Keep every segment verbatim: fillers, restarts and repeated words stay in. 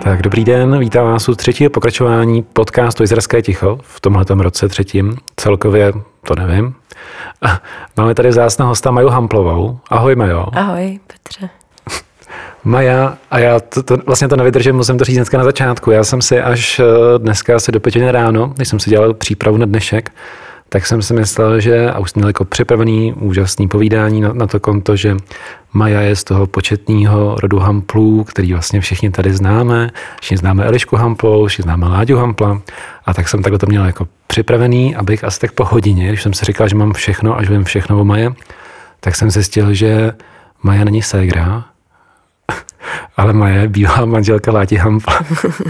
Tak dobrý den, vítám vás u třetího pokračování podcastu Jizerské ticho, v tomhletom roce třetím, celkově to nevím. A máme tady vzácného hosta Maju Hamplovou. Ahoj Majo. Ahoj Petře. Maja, a já to, to, vlastně to nevydržím, musím to říct dneska na začátku. Já jsem si až dneska asi do pěti ráno, když jsem si dělal přípravu na dnešek, tak jsem si myslel, že, a už jsem měl jako připravený úžasný povídání na, na to konto, že Maja je z toho početního rodu Hamplů, který vlastně všichni tady známe. Všichni známe Elišku Hamplovou, všichni známe Láďu Hampla. A tak jsem takhle to měl jako připravený, abych asi tak po hodině, když jsem si říkal, že mám všechno a že vím všechno o Maje, tak jsem zjistil, že Maja není ségra, ale Maja je bývalá manželka Ládi Hampla.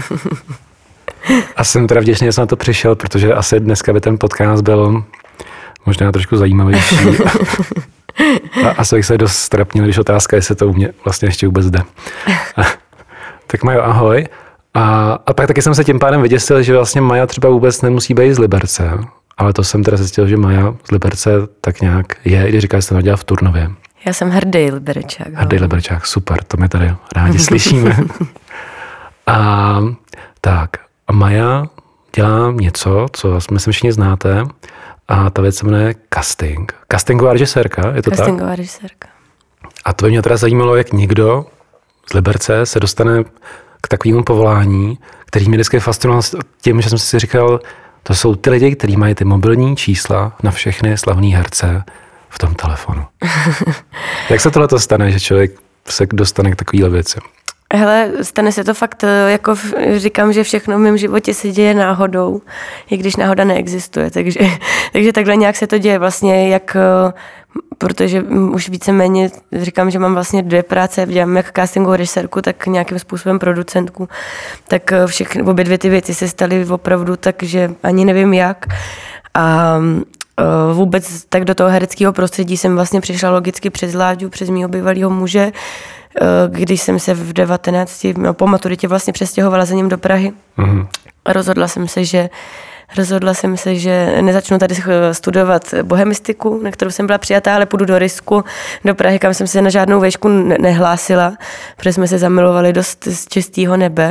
A jsem teda vděčný, že jsem na to přišel, protože asi dneska by ten podcast byl možná trošku zajímavější. A asi bych se dost strapnil, když otázka, jestli to u mě vlastně ještě vůbec jde. A, tak Majo, ahoj. A, a pak taky jsem se tím pádem vyděsil, že vlastně Maja třeba vůbec nemusí být z Liberce, ale to jsem teda zjistil, že Maja z Liberce tak nějak je, když říká, že se narodila v Turnově. Já jsem hrdý Liberečák. Hrdý Liberečák, super, to my tady rádi slyšíme. A tak, a Maja dělá něco, co myslím všichni znáte, a ta věc se jmenuje casting. Castingová režisérka, je to tak? Castingová režisérka. A to by mě teda zajímalo, jak někdo z Liberce se dostane k takovému povolání, který mě vždycky fascinoval tím, že jsem si říkal, to jsou ty lidi, kteří mají ty mobilní čísla na všechny slavný herce v tom telefonu. Jak se tohle to stane, že člověk se dostane k takovýhle věci? Hele, stane se to fakt, jako říkám, že všechno v mém životě se děje náhodou, i když náhoda neexistuje, takže, takže takhle nějak se to děje vlastně, jak, protože už víceméně říkám, že mám vlastně dvě práce, dělám jak castingovou režisérku, tak nějakým způsobem producentku, tak všechny, obě dvě ty věci se staly opravdu tak, že ani nevím jak. A vůbec tak do toho hereckého prostředí jsem vlastně přišla logicky přes Láďu, přes mýho bývalého muže, když jsem se v devatenácti, no, po maturitě vlastně přestěhovala za ním do Prahy. Mm-hmm. Rozhodla jsem se, že Rozhodla jsem se, že nezačnu tady studovat bohemistiku, na kterou jsem byla přijatá, ale půjdu do Rysku, do Prahy, kam jsem se na žádnou vejšku nehlásila, protože jsme se zamilovali dost z čistého nebe.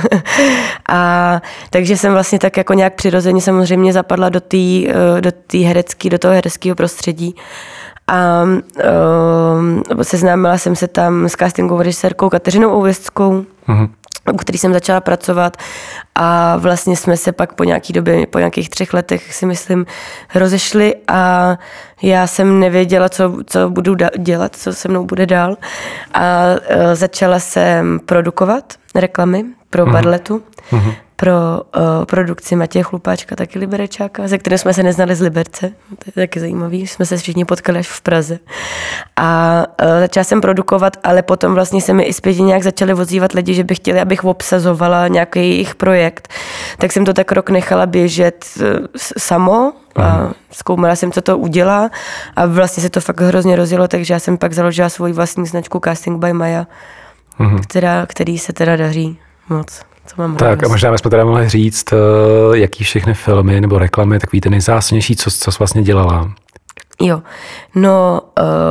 A takže jsem vlastně tak jako nějak přirozeně samozřejmě zapadla do té do té herecké, do toho hereckého prostředí. A uh, seznámila jsem se tam s castingovou režisérkou Kateřinou Ouvěstskou, mm-hmm. u který jsem začala pracovat, a vlastně jsme se pak po nějaký době, po nějakých třech letech si myslím, rozešli a já jsem nevěděla, co, co budu dělat, co se mnou bude dál, a uh, začala jsem produkovat reklamy pro mm-hmm. Barletu, mm-hmm. pro uh, produkci Matěje Chlupáčka, taky Liberečáka, ze kterým jsme se neznali z Liberce. To je taky zajímavý, jsme se všichni potkali až v Praze. A uh, začala jsem produkovat, ale potom vlastně se mi i zpětně nějak začali ozývat lidi, že by chtěli, abych obsazovala nějaký jejich projekt. Tak jsem to tak rok nechala běžet uh, samo a zkoumala jsem, co to udělá, a vlastně se to fakt hrozně rozjelo, takže já jsem pak založila svoji vlastní značku Casting by Maja, mm-hmm. která, který se teda daří moc. Tak a možná bychom teda mohli říct, jaký všechny filmy nebo reklamy, takový ty nejzásadnější, co, co jsi vlastně dělala. Jo, no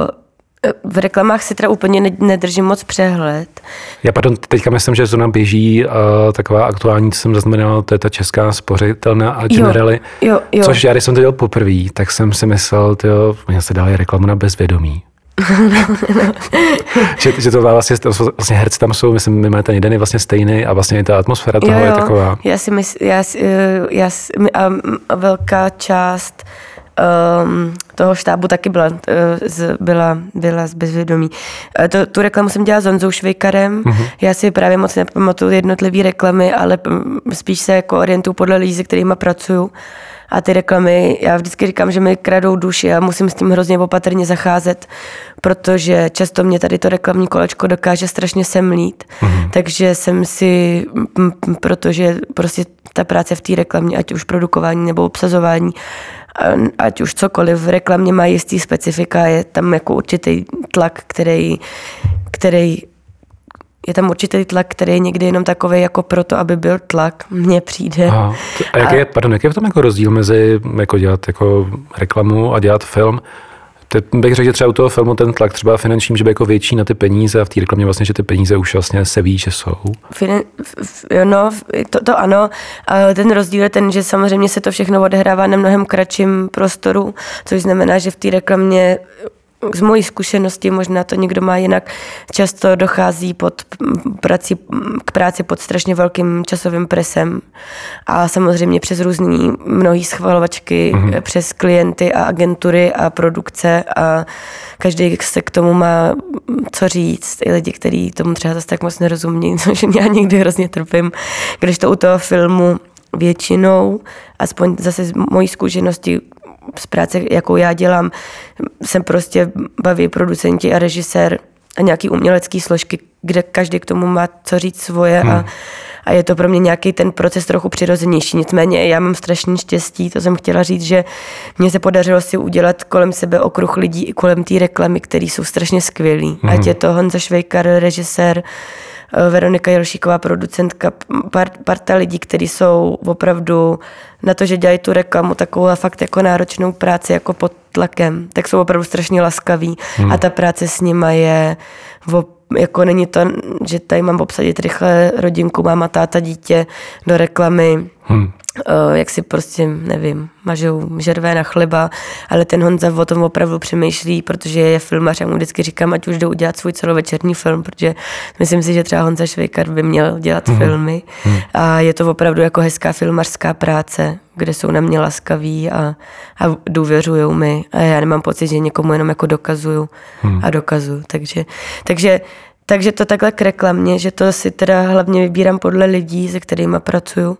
v reklamách si teda úplně nedržím moc přehled. Já pardon, teďka myslím, že zrovna běží uh, taková aktuální, co jsem zaznamenal, to je ta česká spořitelna a Generali, jo, jo, jo. Což já, když jsem to dělal poprvé, tak jsem si myslel, tyjo, oni se dali reklamu na bezvědomí. no, no. že, že to vlastně, vlastně herci tam jsou, myslím, mimo ten jeden je vlastně stejný a vlastně i ta atmosféra toho jo, jo. je taková. Já si myslím, já, já, a, a velká část um, toho štábu taky byla, z, byla, byla z bezvědomí. To, tu reklamu jsem dělala s Honzou Švejkarem, mm-hmm. já si právě moc nepamatuju jednotlivé reklamy, ale spíš se jako orientuju podle lidí, se kterými pracuju. A ty reklamy, já vždycky říkám, že mi kradou duši a musím s tím hrozně opatrně zacházet, protože často mě tady to reklamní kolečko dokáže strašně semlít. Mm-hmm. Takže jsem si, protože prostě ta práce v té reklamě, ať už produkování nebo obsazování, ať už cokoliv, v reklamě má jistý specifika, je tam jako určitý tlak, který, který je tam určitý tlak, který je někdy jenom takový jako proto, aby byl tlak, mně přijde. Aha. A jaký je, pardon, jaký je v tom jako rozdíl mezi jako dělat jako reklamu a dělat film? Teď bych řekl, že třeba u toho filmu ten tlak třeba finanční, že by jako větší na ty peníze a v té reklamě vlastně, že ty peníze už vlastně se ví, že jsou. Finan, jo, no, to, to ano. A ten rozdíl je ten, že samozřejmě se to všechno odehrává na mnohem kratším prostoru, což znamená, že v té reklamě z mojí zkušenosti, možná to někdo má jinak, často dochází pod prací, k práci pod strašně velkým časovým presem a samozřejmě přes různý mnohý schvalovačky, mm-hmm. přes klienty a agentury a produkce a každý se k tomu má co říct. I lidi, kteří tomu třeba zase tak moc nerozumí, což já někdy hrozně trpím. Když to u toho filmu většinou, aspoň zase z mojí zkušenosti, z práce, jakou já dělám, jsem prostě baví producenti a režisér a nějaký umělecký složky, kde každý k tomu má co říct svoje hmm. a, a je to pro mě nějaký ten proces trochu přirozenější. Nicméně já mám strašný štěstí, to jsem chtěla říct, že mně se podařilo si udělat kolem sebe okruh lidí i kolem té reklamy, který jsou strašně skvělí. Hmm. Ať je to Honza Švejkar, režisér, Veronika Jelšíková, producentka, parta lidí, kteří jsou opravdu na to, že dělají tu reklamu, takovou fakt jako náročnou práci, jako pod tlakem, tak jsou opravdu strašně laskaví hmm. a ta práce s nima je, jako není to, že tady mám obsadit rychle rodinku, máma, táta, dítě do reklamy, hmm. jak si prostě, nevím, mažou žervé na chleba, ale ten Honza o tom opravdu přemýšlí, protože je filmař, já mu vždycky říkám, ať už jde udělat svůj celovečerní film, protože myslím si, že třeba Honza Švejkar by měl dělat mm-hmm. filmy a je to opravdu jako hezká filmařská práce, kde jsou na mě laskaví a, a důvěřujou mi a já nemám pocit, že někomu jenom jako dokazuju mm. a dokazuju, takže, takže Takže to takhle k reklamě, že to si teda hlavně vybírám podle lidí, se kterými pracuju.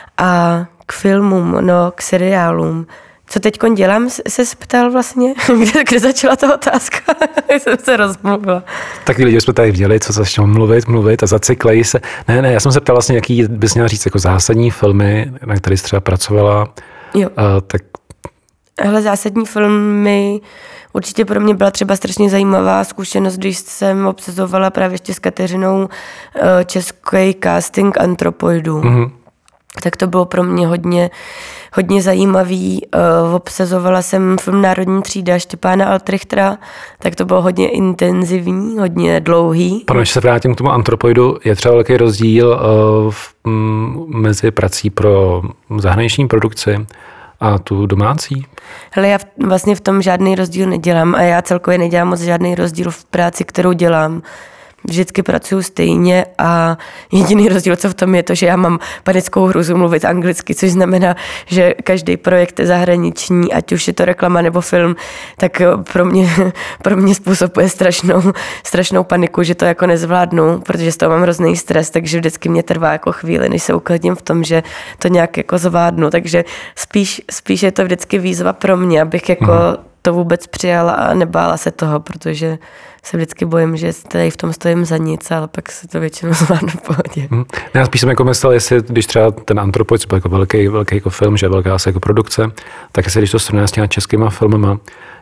A k filmům, no, k seriálům. Co teďkon dělám, se ptal vlastně, kde, kde začala ta otázka? jsem se rozmluvila. Taky lidi jsme tady viděli, co začnou mluvit, mluvit a zacyklejí se. Ne, ne, já jsem se ptal vlastně, jaký bys měla říct jako zásadní filmy, na kterých jsi třeba pracovala. Jo. A, tak... Hele, zásadní filmy určitě pro mě byla třeba strašně zajímavá zkušenost, když jsem obsazovala právě ještě s Kateřinou český casting Antropoidů. Mm-hmm. Tak to bylo pro mě hodně, hodně zajímavý. Obsazovala jsem film Národní třída Štěpána Altrichtera, tak to bylo hodně intenzivní, hodně dlouhý. Pane, když se vrátím k tomu Antropoidu, je třeba velký rozdíl v, m, mezi prací pro zahraniční produkci a tu domácí? Hele, já v, vlastně v tom žádný rozdíl nedělám a já celkově nedělám moc žádný rozdíl v práci, kterou dělám. Vždycky pracuju stejně a jediný rozdíl, co v tom je to, že já mám panickou hruzu mluvit anglicky, což znamená, že každý projekt zahraniční, ať už je to reklama nebo film, tak pro mě, pro mě způsobuje strašnou, strašnou paniku, že to jako nezvládnu, protože z toho mám hrozný stres, takže vždycky mě trvá jako chvíli, než se uklidím v tom, že to nějak jako zvládnu, takže spíš, spíš je to vždycky výzva pro mě, abych jako mm. to vůbec přijala a nebála se toho, protože se vždycky bojím, že tady v tom stojím za nic, ale pak se to většinou zvládnu v pohodě. Hmm. Já spíš jsem jako myslel, jestli když třeba ten Antropoid byl jako velký, velký jako film, že velká asi jako produkce, tak jestli když to srovnáme s těma českýma filmama,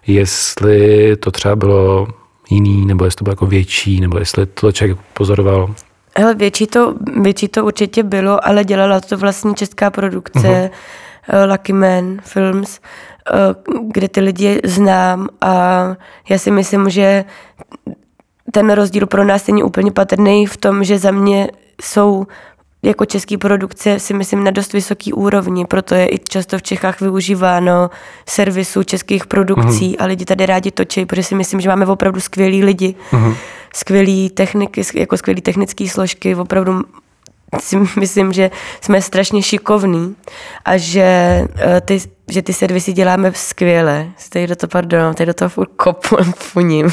jestli to třeba bylo jiný, nebo jestli to bylo jako větší, nebo jestli to člověk pozoroval. Hele, větší to, větší to určitě bylo, ale dělala to vlastně česká produkce, uh-huh. Lucky Man Films, kde ty lidi znám a já si myslím, že ten rozdíl pro nás není úplně patrný v tom, že za mě jsou jako český produkce si myslím na dost vysoký úrovni, proto je i často v Čechách využíváno servisu českých produkcí uh-huh. a lidi tady rádi točí, protože si myslím, že máme opravdu skvělý lidi, uh-huh. skvělý techniky, jako skvělý technické složky, opravdu si myslím, že jsme strašně šikovní a že ty, že ty servisy děláme skvěle. Teď do toho, pardon, teď do toho furt kopu, funím.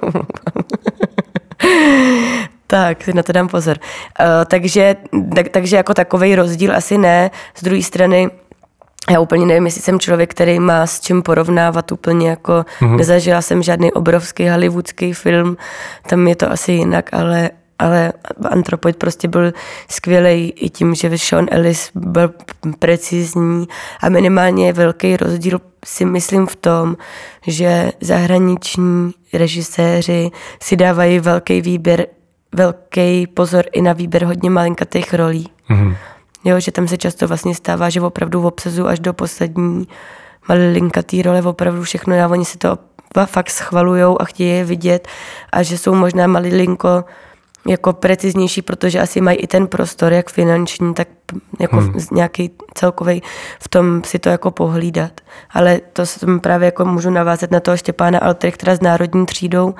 Tak, si na to dám pozor. Uh, takže, tak, takže jako takovej rozdíl asi ne. Z druhé strany já úplně nevím, jestli jsem člověk, který má s čím porovnávat úplně jako mm-hmm. nezažila jsem žádný obrovský hollywoodský film, tam je to asi jinak, ale ale Antropoid prostě byl skvělej i tím, že Sean Ellis byl precizní a minimálně je velký rozdíl si myslím v tom, že zahraniční režiséři si dávají velký výběr, velký pozor i na výběr hodně malinkatých rolí. Mm-hmm. Jo, že tam se často vlastně stává, že opravdu obsazují až do poslední malinkatý role, opravdu všechno, a oni si to fakt schvalujou a chtějí je vidět a že jsou možná malinko jako preciznější, protože asi mají i ten prostor, jak finanční, tak jako hmm. nějaký celkový v tom si to jako pohlídat. Ale to jsem právě jako můžu navázat na toho Štěpána Altrichtera s Národní třídou,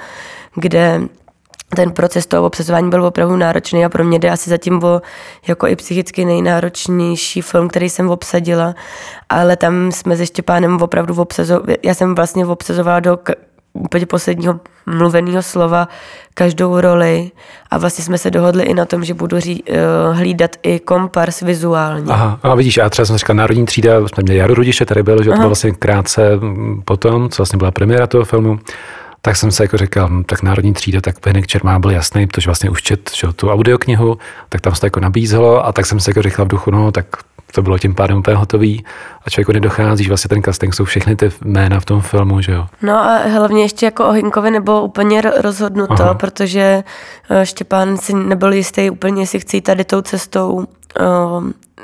kde ten proces toho obsazování byl opravdu náročný a pro mě jde asi zatím o jako i psychicky nejnáročnější film, který jsem obsadila, ale tam jsme se Štěpánem opravdu obsazovali, já jsem vlastně obsazovala do úplně posledního mluveného slova každou roli a vlastně jsme se dohodli i na tom, že budu ří, uh, hlídat i kompars vizuálně. Aha, a vidíš, já třeba jsem říkal Národní třída, jsme měli Jaru Rudiše, tady byl, že to bylo vlastně krátce potom, co vlastně byla premiéra toho filmu, tak jsem se jako říkal, tak Národní třída, tak Hynek Čermák byl jasný, protože vlastně už čet že, tu audioknihu, tak tam se to jako nabízelo a tak jsem se jako říkal v duchu, no tak to bylo tím pádem úplně hotový a člověku nedochází, že vlastně ten casting jsou všechny ty jména v tom filmu, že jo. No a hlavně ještě jako o Hynkovi nebylo úplně rozhodnuto, Aha. protože Štěpán si nebyl jistý úplně, jestli chce jít tady tou cestou uh,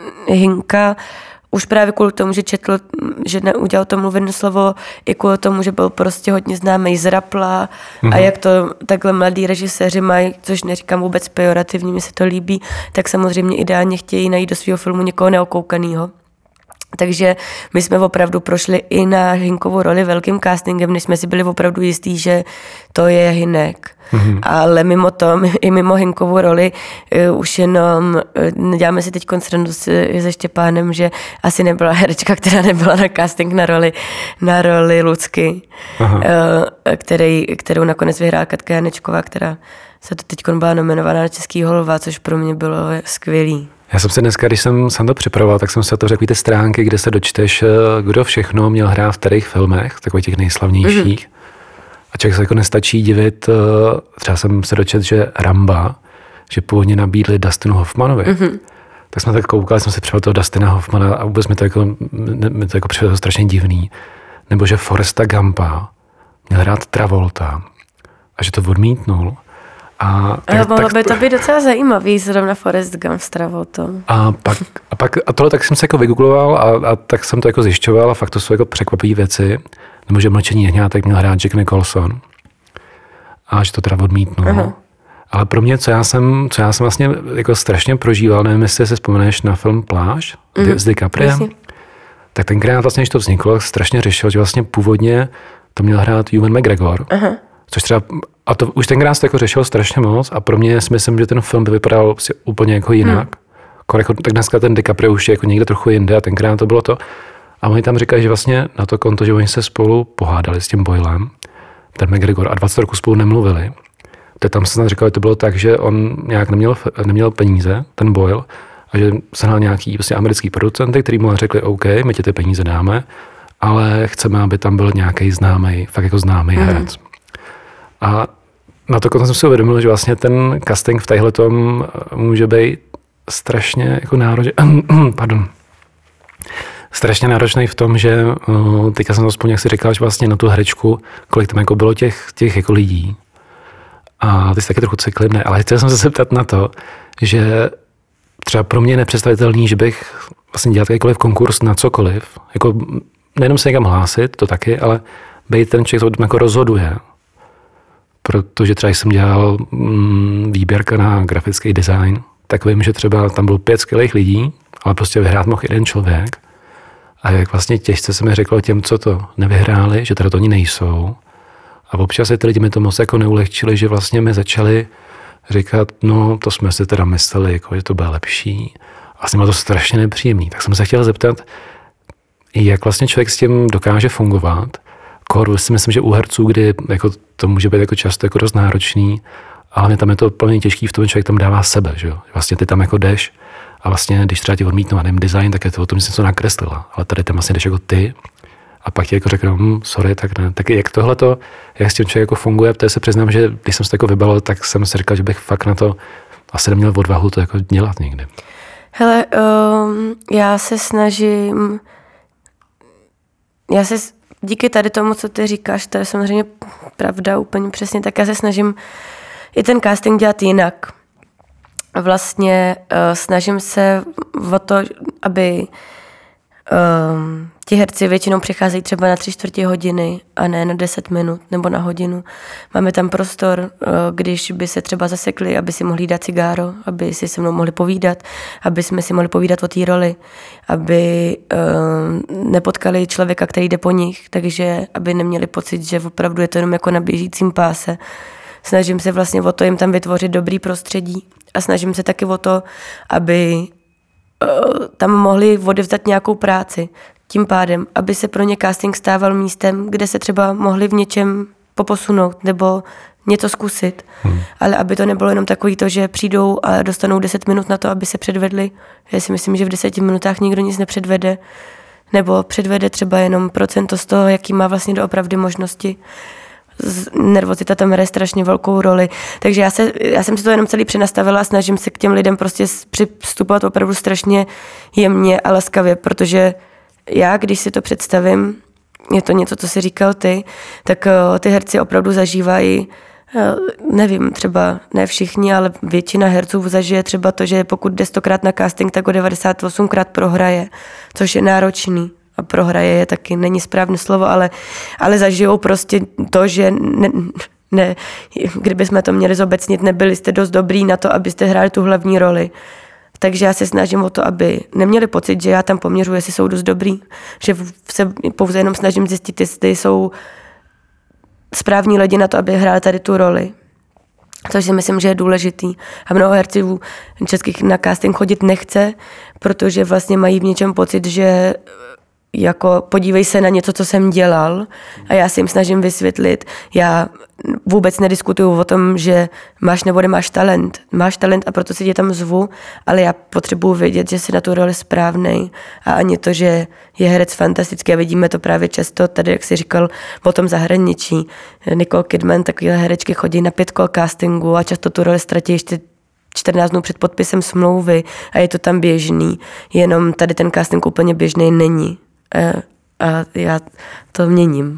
Hynka, už právě kvůli tomu, že četl, že neudělal to mluvené slovo, i kvůli tomu, že byl prostě hodně známý z Rapla mm-hmm. a jak to takhle mladí režiséři mají, což neříkám vůbec pejorativně, mi se to líbí, tak samozřejmě ideálně chtějí najít do svého filmu někoho neokoukanýho. Takže my jsme opravdu prošli i na Hynkovu roli velkým castingem, než jsme si byli opravdu jistí, že to je Hynek. Mm-hmm. Ale mimo to, i mimo Hynkovu roli, uh, už jenom uh, neděláme si teď srandu se Štěpánem, že asi nebyla herečka, která nebyla na casting na roli, na roli Lucky, uh, který, kterou nakonec vyhrála Katka Janečková, která se to teď byla nominovaná na Český holva, což pro mě bylo skvělý. Já jsem se dneska, když jsem sám to připravoval, tak jsem se to řekl, ty stránky, kde se dočteš, kdo všechno měl hrát v kterých filmech, takových těch nejslavnějších. Mm-hmm. A člověk se jako nestačí divit, třeba jsem se dočet, že Ramba, že původně nabídli Dustinu Hoffmanovi. Mm-hmm. Tak jsme tak koukali, jsem si přišel toho Dustina Hoffmana a vůbec mi to jako, mi to jako přišlo strašně divný. Nebo že Forresta Gumpa měl hrát Travolta a že to odmítnul. A, tak, a mohlo by to být docela zajímavý, zrovna Forrest Gump s Travoltou. A pak, a pak a tohle tak jsem se jako vygoogloval a, a tak jsem to jako zjišťoval a fakt to jsou jako překvapivé věci. Nebo že Mlčení jehňátek měl hrát Jack Nicholson a že to teda odmítnul. Uh-huh. Ale pro mě, co já jsem, co já jsem vlastně jako strašně prožíval, nevím, jestli si vzpomeneš na film Pláž uh-huh. s DiCapriem, Jasně. tak tenkrát vlastně, když to vzniklo, strašně řešil, že vlastně původně to měl hrát Ewan McGregor, uh-huh. což třeba a to už tenkrát to jako řešil strašně moc a pro mě si myslím, že ten film by vypadal prostě úplně jako jinak. Hmm. Jako, tak dneska ten DiCaprio už je jako někde trochu jinde a tenkrát to bylo to. A oni tam říkají, že vlastně na to konto, že oni se spolu pohádali s tím Boylem, ten McGregor, a dvacet roků spolu nemluvili. To tam se snad říkalo, že to bylo tak, že on nějak neměl, neměl peníze, ten Boyle, a že se hnal nějaký prostě americký producenty, který mu řekli, OK, my ti ty peníze dáme, ale chceme, aby tam byl nějaký známý, fakt jako známý hmm. herec. A na to konec jsem si uvědomil, že vlastně ten casting v téhletom může být strašně jako náročný, pardon, strašně náročný v tom, že uh, teďka jsem to aspoň, jak si říkal, že vlastně na tu herečku, kolik tam jako bylo těch, těch jako lidí. A ty jsi taky trochu cyklivný, ale chtěl jsem se zeptat na to, že třeba pro mě je nepředstavitelný, že bych vlastně dělal jakýkoliv konkurs na cokoliv, jako nejenom se někam hlásit, to taky, ale být ten člověk, co jako rozhoduje. Protože třeba jsem dělal mm, výběrka na grafický design, tak vím, že třeba tam bylo pět skvělých lidí, ale prostě vyhrát mohl jeden člověk. A jak vlastně těžce se mi řeklo těm, co to nevyhráli, že teda to oni nejsou. A občas ty lidi mi to moc jako neulehčili, že vlastně mi začali říkat, no to jsme si teda mysleli, jako, že to bude lepší. A vlastně bylo to strašně nepříjemný. Tak jsem se chtěl zeptat, jak vlastně člověk s tím dokáže fungovat. Kor, si myslím, že u herců, kdy jako, to může být jako často jako dost náročný, ale mě tam je to plně těžký v tom, že člověk tam dává sebe, že jo. Vlastně ty tam jako jdeš a vlastně, když třeba ti odmítnou a nevím design, tak je to o tom, že jsi něco nakreslila, ale tady tam vlastně jdeš jako ty a pak ti jako řeknou, hm, sorry, tak ne. Tak jak tohleto, jak s tím člověk jako funguje, to se přiznám, že když jsem se to jako vybalil, tak jsem si říkal, že bych fakt na to asi neměl odvahu to jako dělat někdy. Hele, um, já se snažím, já se díky tady tomu, co ty říkáš, to je samozřejmě pravda úplně přesně, tak já se snažím i ten casting dělat jinak. Vlastně uh, snažím se o to, aby um, ti herci většinou přicházejí třeba na tři čtvrtě hodiny a ne na deset minut nebo na hodinu. Máme tam prostor, když by se třeba zasekli, aby si mohli dát cigáro, aby si se mnou mohli povídat, aby jsme si mohli povídat o té roli, aby uh, nepotkali člověka, který jde po nich, takže aby neměli pocit, že opravdu je to jenom jako na běžícím páse. Snažím se vlastně o to jim tam vytvořit dobrý prostředí a snažím se taky o to, aby uh, tam mohli odevzdat nějakou práci. Tím pádem, aby se pro ně casting stával místem, kde se třeba mohli v něčem poposunout nebo něco zkusit. Hmm. Ale aby to nebylo jenom takový to, že přijdou a dostanou deset minut na to, aby se předvedli. Já si myslím, že v deseti minutách nikdo nic nepředvede. Nebo předvede třeba jenom procento z toho, jaký má vlastně doopravdy možnosti. Nervozita tam hraje strašně velkou roli. Takže já, se, já jsem si to jenom celý přenastavila a snažím se k těm lidem prostě přistupovat opravdu strašně jemně a laskavě, protože já, když si to představím, je to něco, co jsi říkal ty, tak uh, ty herci opravdu zažívají, uh, nevím, třeba ne všichni, ale většina herců zažije třeba to, že pokud jde stokrát na casting, tak o devadesát osmkrát prohraje, což je náročný. A prohraje je taky, není správné slovo, ale, ale zažijou prostě to, že ne, ne, kdybychom to měli zobecnit, nebyli jste dost dobrý na to, abyste hráli tu hlavní roli. Takže já se snažím o to, aby neměli pocit, že já tam poměřuji, jestli jsou dost dobrý, že se pouze jenom snažím zjistit, jestli jsou správní lidi na to, aby hráli tady tu roli. Což si myslím, že je důležitý. A mnoho herců českých na casting chodit nechce, protože vlastně mají v něčem pocit, že jako podívej se na něco, co jsem dělal a já si jim snažím vysvětlit. Já vůbec nediskutuju o tom, že máš nebo nemáš talent. Máš talent a proto si tě tam zvu, ale já potřebuji vědět, že jsi na tu roli správnej a ani to, že je herec fantastický a vidíme to právě často tady, jak jsi říkal, o tom zahraničí. Nicole Kidman, takové herečky chodí na pět kol castingu a často tu roli ztratí ještě čtrnáct dnů před podpisem smlouvy a je to tam běžný. Jenom tady ten casting úplně běžný není. A já to měním.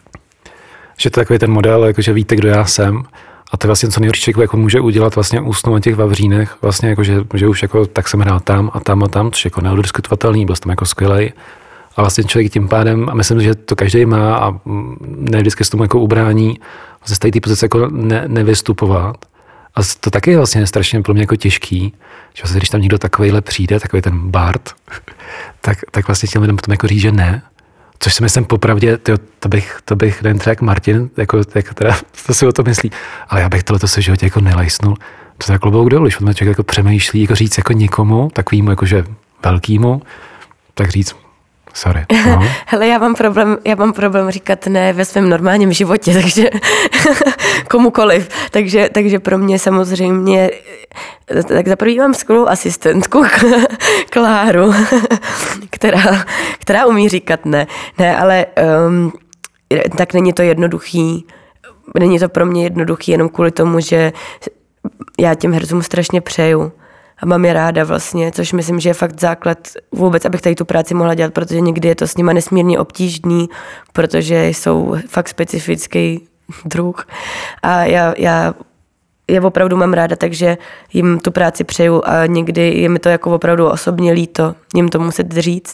Že to je takový ten model, jako že víte, kdo já jsem. A to je vlastně co nejhorší jako může udělat vlastně usnout na těch vavřínech. Vlastně jako, že, že už jako tak jsem hrál tam a tam a tam, což jako neodiskutovatelný, byl jsem jako skvělej. A vlastně člověk tím pádem, a myslím, že to každý má a ne vždycky se tomu jako ubrání, vlastně z té pozice jako ne, nevystupovat. A to taky je vlastně strašně pro mě jako těžký, že vlastně, když tam někdo takovejhle přijde, takový ten Bart, tak, tak vlastně těm lidem potom jako říct, že ne. Což si myslím popravdě, tyjo, to bych, to bych nevím, třeba jak Martin, jako, jak teda, to si o to myslí, ale já bych tohleto se v životě jako nelajsnul. To tak klobouk dolů, když potom člověk jako přemýšlí, jako říct jako někomu, takovýmu jakože velkýmu, tak říct, sorry. No. Hele, já mám problém, já mám problém říkat ne ve svém normálním životě, takže komukoliv. Takže, takže pro mě samozřejmě, tak za první mám skvělou asistentku Kláru, která, která umí říkat ne. Ne, ale um, tak není to jednoduchý, není to pro mě jednoduchý jenom kvůli tomu, že já těm hercům strašně přeju. A mám je ráda vlastně, což myslím, že je fakt základ vůbec, abych tady tu práci mohla dělat, protože někdy je to s nima nesmírně obtížný, protože jsou fakt specifický druh. A já, já je opravdu mám ráda, takže jim tu práci přeju a někdy je mi to jako opravdu osobně líto, jim to muset říct.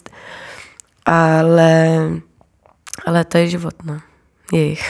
Ale, ale to je život, no. Jejich.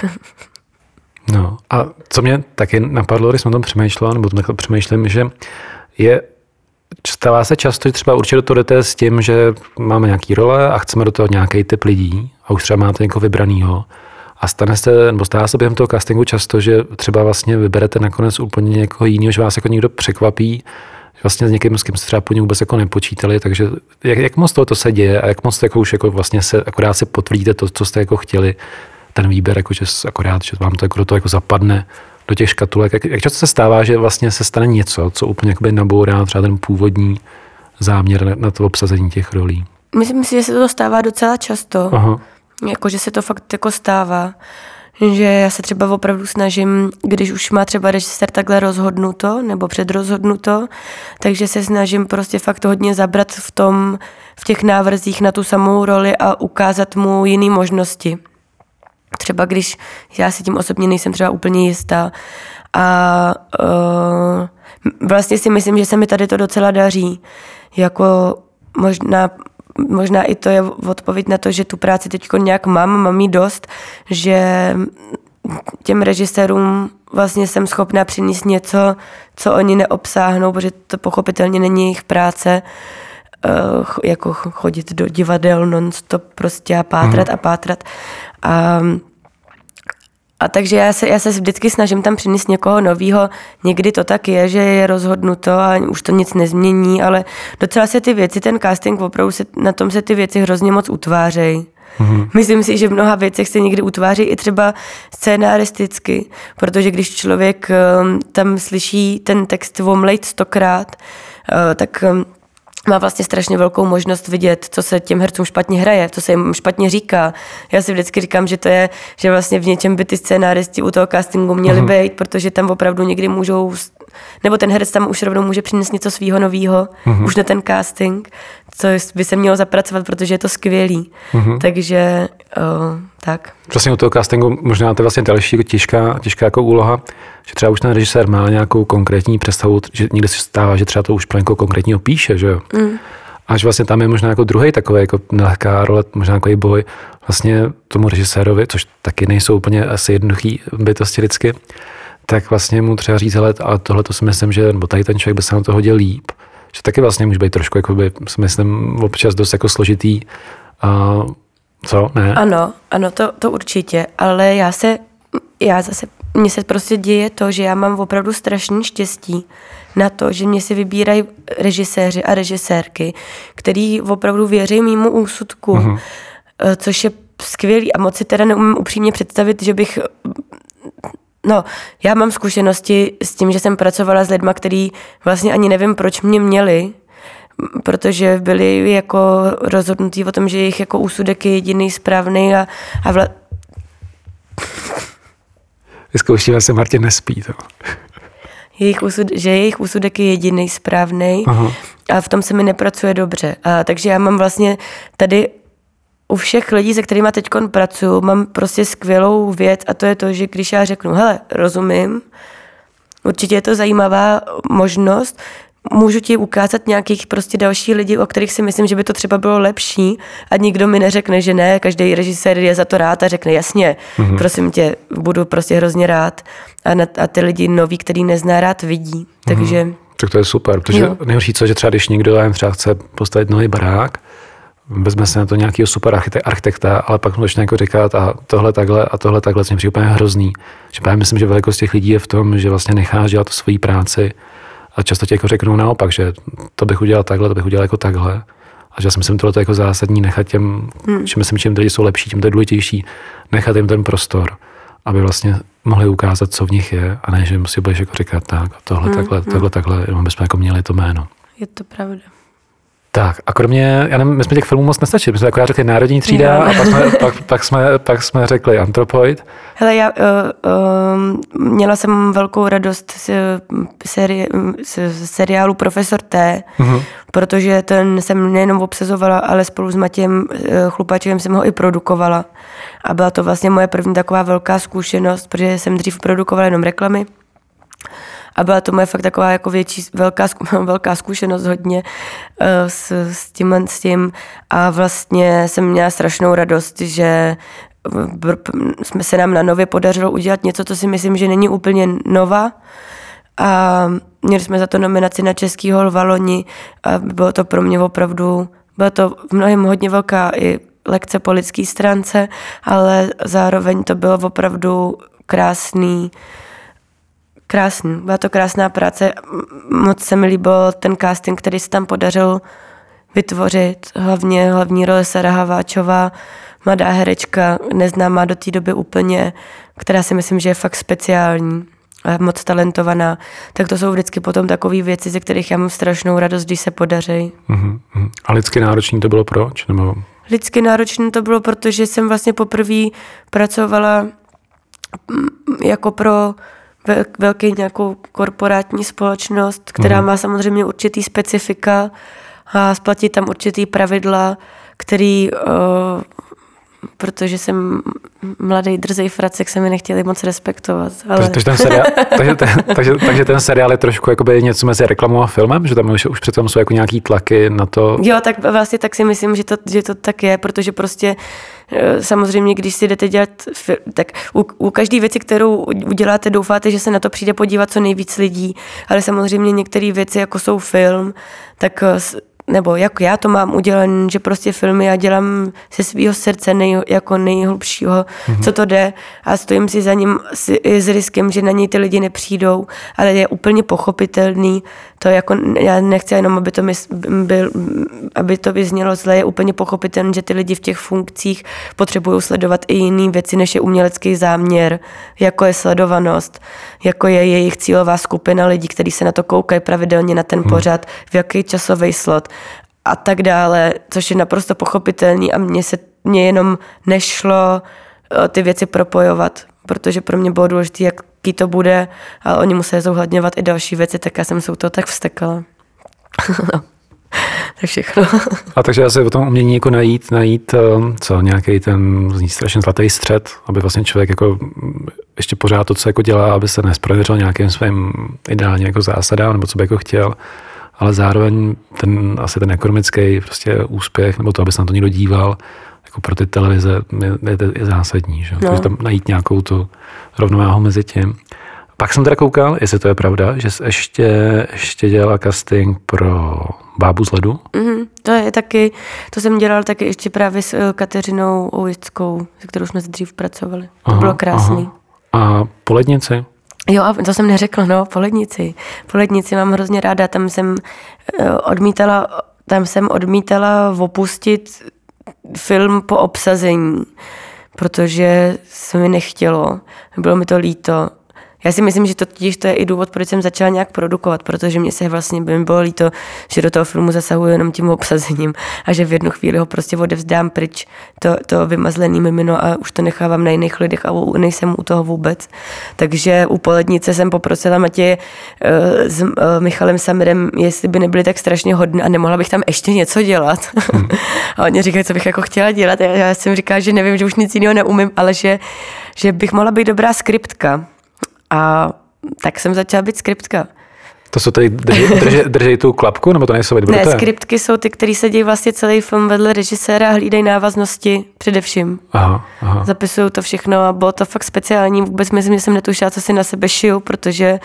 No a co mě taky napadlo, když jsem o tom přemýšlela, nebo to přemýšlím, že je stává se často, že třeba určitě do toho jdete s tím, že máme nějaký role a chceme do toho nějaký typ lidí a už třeba máte někoho vybranýho a stane se, nebo stává se během toho castingu často, že třeba vlastně vyberete nakonec úplně někoho jiného, že vás jako někdo překvapí, že vlastně s někým, s kým se třeba po vůbec jako nepočítali, takže jak, jak moc toho to se děje a jak moc jako už jako vlastně se akorát si potvrdíte to, co jste jako chtěli, ten výběr, jako že akorát, že vám to jako do toho jako zapadne do těch škatulek. Jak, jak často se stává, že vlastně se stane něco, co úplně jakoby nabourá třeba ten původní záměr na, na to obsazení těch rolí? Myslím si, že se to stává docela často. Aha. Jako, že se to fakt jako stává. Že já se třeba opravdu snažím, když už má třeba režisér takhle rozhodnuto, nebo předrozhodnuto, takže se snažím prostě fakt hodně zabrat v tom, v těch návrzích na tu samou roli a ukázat mu jiné možnosti. Třeba když já si tím osobně nejsem třeba úplně jistá a uh, vlastně si myslím, že se mi tady to docela daří. Jako možná možná i to je odpověď na to, že tu práci teď nějak mám, mám jí dost, že těm režisérům vlastně jsem schopná přinést něco, co oni neobsáhnou, protože to pochopitelně není jejich práce, jako chodit do divadel non-stop prostě a pátrat mm. a pátrat. A, a takže já se, já se vždycky snažím tam přinést někoho novýho. Někdy to tak je, že je rozhodnuto a už to nic nezmění, ale docela se ty věci, ten casting, opravdu se, na tom se ty věci hrozně moc utvářejí. Mm. Myslím si, že v mnoha věcech se někdy utváří i třeba scénaristicky, protože když člověk tam slyší ten text omlejt stokrát, tak má vlastně strašně velkou možnost vidět, co se těm hercům špatně hraje, co se jim špatně říká. Já si vždycky říkám, že to je, že vlastně v něčem by ty scénáristi u toho castingu měli mm. být, protože tam opravdu někdy můžou, nebo ten herec tam už rovnou může přinést něco svýho novýho, mm. už na ten casting, co by se mělo zapracovat, protože je to skvělý. Mm. Takže o, tak. Vlastně u toho castingu možná to je vlastně další těžká, těžká jako úloha, že třeba už ten režisér má nějakou konkrétní představu, že někdy se stává, že třeba to už pro někoho konkrétního píše, že jo. Mm. A že vlastně tam je možná jako druhý takový jako nelehká role, možná jako boj vlastně tomu režisérovi, což taky nejsou úplně asi jednoduchý bytosti vždycky, tak vlastně mu třeba říct, hele, ale tohle to si myslím, že nebo tady ten člověk by se na to hodil líp, že taky vlastně může být trošku, jakoby, si myslím, občas dost jako složitý. A co? Ne? Ano, ano, to, to určitě, ale já se, já zase, mně se prostě děje to, že já mám opravdu strašný štěstí na to, že mě si vybírají režiséři a režisérky, který opravdu věří mému úsudku, uh-huh. což je skvělý a moc si teda neumím upřímně představit, že bych... No, já mám zkušenosti s tím, že jsem pracovala s lidma, který vlastně ani nevím, proč mě měli, protože byli jako rozhodnutí o tom, že jejich jako úsudek je jediný správný a, a vla... Vyzkoušíme se, Martin nespí. To. Jejich úsud, že jejich úsudek je jediný správný a v tom se mi nepracuje dobře. A, takže já mám vlastně tady u všech lidí, se kterými teď pracuju, mám prostě skvělou věc a to je to, že když já řeknu, hele, rozumím, určitě je to zajímavá možnost, můžu ti ukázat nějakých prostě další lidi, o kterých si myslím, že by to třeba bylo lepší a nikdo mi neřekne, že ne, každý režisér je za to rád a řekne jasně, mm-hmm. prosím tě, budu prostě hrozně rád a, na, a ty lidi noví, který nezná, rád vidí, mm-hmm. takže... Tak to je super, protože jo. nejhorší co, že třeba když někdo třeba chce postavit nový barák, vezme se na to nějakého super architekta, ale pak mu začne jako říkat a tohle takhle a tohle takhle, co mi přijde úplně hrozný. Že právě myslím, že velikost těch lidí je v tom, že vlastně necháš dělat tu svoji práci a často ti jako řeknou naopak, že to bych udělal takhle, to bych udělal jako takhle. A že já si myslím, tohle je jako zásadní nechat těm, hmm. čím myslím, čím ty lidi jsou lepší, tím to je důležitější, nechat jim ten prostor, aby vlastně mohli ukázat, co v nich je a ne, že musí budeš jako říkat tak, tohle hmm. takhle, hmm. takhle, takhle, jenom bychom jako měli to jméno. Je to pravda. Tak a kromě, já nevím, my jsme těch filmů moc nestačili, my jsme akorát řekli Národní třída a pak jsme, pak, pak, jsme, pak jsme řekli Anthropoid. Hele, já uh, uh, měla jsem velkou radost z, seri, z seriálu Profesor T, uh-huh. protože ten jsem nejenom obsazovala, ale spolu s Matějem uh, Chlupačem jsem ho i produkovala. A byla to vlastně moje první taková velká zkušenost, protože jsem dřív produkovala jenom reklamy. A byla to moje fakt taková jako větší, velká, velká zkušenost hodně uh, s, s, tím, s tím. A vlastně jsem měla strašnou radost, že jsme se nám na Nově podařilo udělat něco, co si myslím, že není úplně nova. A měli jsme za to nominaci na Českýho lva loni a bylo to pro mě opravdu, bylo to v mnohem hodně velká i lekce po lidské stránce, ale zároveň to bylo opravdu krásný, Krásný, byla to krásná práce, moc se mi líbil ten casting, který se tam podařil vytvořit, hlavně hlavní role Sara Haváčová, mladá herečka, neznámá do té doby úplně, která si myslím, že je fakt speciální a moc talentovaná, tak to jsou vždycky potom takové věci, ze kterých já mám strašnou radost, když se podaří. Uh-huh. A lidsky náročný to bylo proč? Nebo... Lidsky náročný to bylo, protože jsem vlastně poprvé pracovala jako pro velký nějakou korporátní společnost, která má samozřejmě určitý specifika a splatí tam určitý pravidla, který uh, protože jsem mladý drzej fracek, se mi nechtěli moc respektovat. Ale... Takže, takže, ten seriál, takže, ten, takže, takže ten seriál je trošku jakoby něco mezi reklamou a filmem, že tam už, už přitom jsou jako nějaký tlaky na to? Jo, tak vlastně tak si myslím, že to, že to tak je, protože prostě samozřejmě, když si jdete dělat, tak u, u každé věci, kterou uděláte, doufáte, že se na to přijde podívat co nejvíc lidí, ale samozřejmě některé věci, jako jsou film, tak nebo jak já to mám udělané, že prostě filmy já dělám ze svého srdce nej, jako nejhlubšího, mm-hmm. co to jde a stojím si za ním s, s riskem, že na něj ty lidi nepřijdou, ale je úplně pochopitelný, to jako, já nechci jenom, aby to, mysl, byl, aby to vyznělo zle, je úplně pochopitelný, že ty lidi v těch funkcích potřebují sledovat i jiné věci, než je umělecký záměr, jako je sledovanost, jako je jejich cílová skupina lidí, kteří se na to koukají pravidelně na ten pořad, v jaký časový slot a tak dále, což je naprosto pochopitelný a mně se mně jenom nešlo ty věci propojovat, protože pro mě bylo důležité, jaký to bude, ale oni museli zohledňovat i další věci, tak já jsem se u toho tak vztekala. No. Tak všechno. A takže asi o tom umění jako najít, najít co, nějaký ten zní strašně zlatý střed, aby vlastně člověk jako ještě pořád to, co jako dělá, aby se nesprověřil nějakým svým ideálně jako zásadám, nebo co by jako chtěl, ale zároveň ten, asi ten ekonomický prostě úspěch, nebo to, aby se na to někdo díval, jako pro ty televize je, je, je zásadní, že? No. Takže tam najít nějakou tu rovnováhu mezi tím. Pak jsem teda koukal, jestli to je pravda, že jsi ještě, ještě dělala casting pro Bábu z ledu. Mm-hmm, to je taky, to jsem dělala taky ještě právě s Kateřinou Oujickou, se kterou jsme se dřív pracovali. To aha, bylo krásný. Aha. A po lednici? Jo, a to jsem neřekla, no, po lednici. Po lednici mám hrozně ráda, tam jsem odmítala, tam jsem odmítala opustit film po obsazení, protože se mi nechtělo, bylo mi to líto. Já si myslím, že to totiž to je i důvod, proč jsem začala nějak produkovat, protože mě se vlastně by mi bylo líto, že do toho filmu zasahuji jenom tím obsazením a že v jednu chvíli ho prostě odevzdám pryč, to, to vymazlený mimino a už to nechávám na jiných lidech a nejsem u toho vůbec. Takže u Polednice jsem poprosila Matěje uh, s uh, Michalem Samirem, jestli by nebyli tak strašně hodní a nemohla bych tam ještě něco dělat. Hmm. A oni říkají, co bych jako chtěla dělat. A já jsem říkala, že nevím, že už nic jiného neumím, ale že, že bych mohla být dobrá skriptka. A tak jsem začala být skriptka. To jsou tady drží, drží, drží tu klapku, nebo to nejsou vidbruté? Ne, skriptky jsou ty, který sedí vlastně celý film vedle režiséra a hlídají návaznosti především. Aha, aha. Zapisují to všechno a bylo to fakt speciální. Vůbec myslím, že jsem netušila, co si na sebe šiju, protože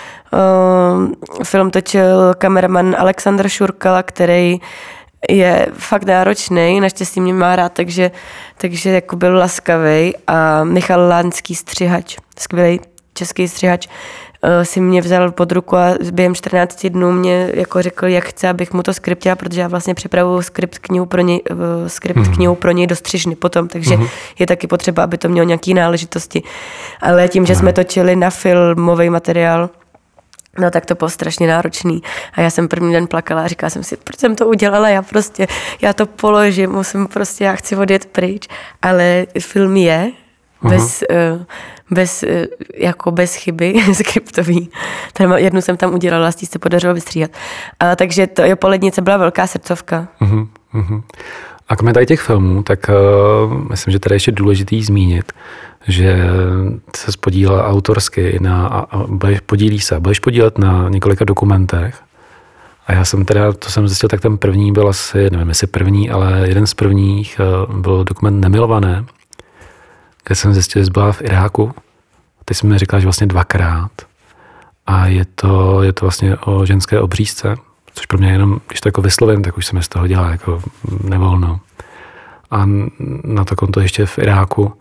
uh, film točil kameraman Alexandr Šurkala, který je fakt náročný, naštěstí mě má rád, takže, takže jako byl laskavý a Michal Lánský střihač, skvělý český střihač, si mě vzal pod ruku a během čtrnácti dnů mě jako řekl, jak chce, abych mu to skriptila, protože já vlastně připravuju skript knihu pro něj, skript mm. knihu pro něj do střižny potom, takže mm. je taky potřeba, aby to mělo nějaký náležitosti. Ale tím, že mm. jsme točili na filmový materiál, no tak to bylo strašně náročný. A já jsem první den plakala a říkala jsem si, proč jsem to udělala, já prostě, já to položím, musím prostě, já chci odjet pryč. Ale film je bez, uh, bez, uh, jako bez chyby, skriptový. Tam, jednu jsem tam udělala, a s tím se podařilo vystříhat. A, takže to je Polednice byla velká srdcovka. Uh-huh, uh-huh. A kromě tady těch filmů, tak uh, myslím, že tady ještě důležitý zmínit, že se podílela autorsky na, a, a budeš, podílí se, budeš podílet na několika dokumentech. A já jsem teda, to jsem zjistil, tak ten první byl asi, nevím jestli první, ale jeden z prvních uh, byl dokument Nemilované, kde jsem zjistil, že byla v Iráku. Ty jsi mi říkala, že vlastně dvakrát. A je to, je to vlastně o ženské obřízce, což pro mě jenom, když to jako vyslovím, tak už se mi z toho dělá jako nevolno. A na to konto ještě v Iráku,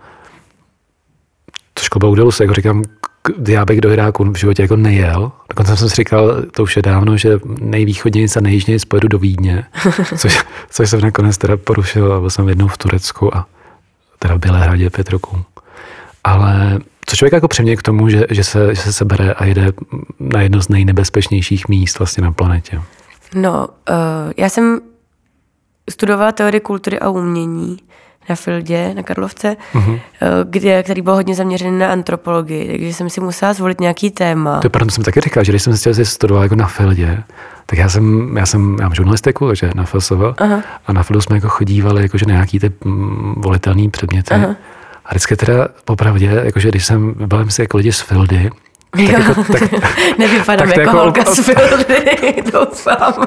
což klobouk dolů se, jako říkám, já bych do Iráku v životě jako nejel. Dokonce jsem si říkal, to už je dávno, že nejvýchodněji a nejjižněji pojedu do Vídně, což, což jsem nakonec teda porušil a byl jsem jednou v Turecku a teda v Bělehradě pět roků. Ale co člověk jako přiměje k tomu, že, že, se, že se sebere a jede na jedno z nejnebezpečnějších míst vlastně na planetě? No, uh, já jsem studovala teorii kultury a umění na Fildě, na Karlovce, mm-hmm. kde, který byl hodně zaměřený na antropologii, takže jsem si musela zvolit nějaký téma. To proto jsem taky říkal, že když jsem si studoval jako na Fildě, tak já jsem, já jsem, já mám žurnalistiku, takže na F S V, Aha. a na Fildu jsme jako chodívali jakože na nějaký ty volitelný předměty. Aha. A vždycky teda popravdě, jakože když jsem, byl si jako lidi z Fildy, tak jo. jako, tak, nevypadám jako, jako holka z Fildy, doufám.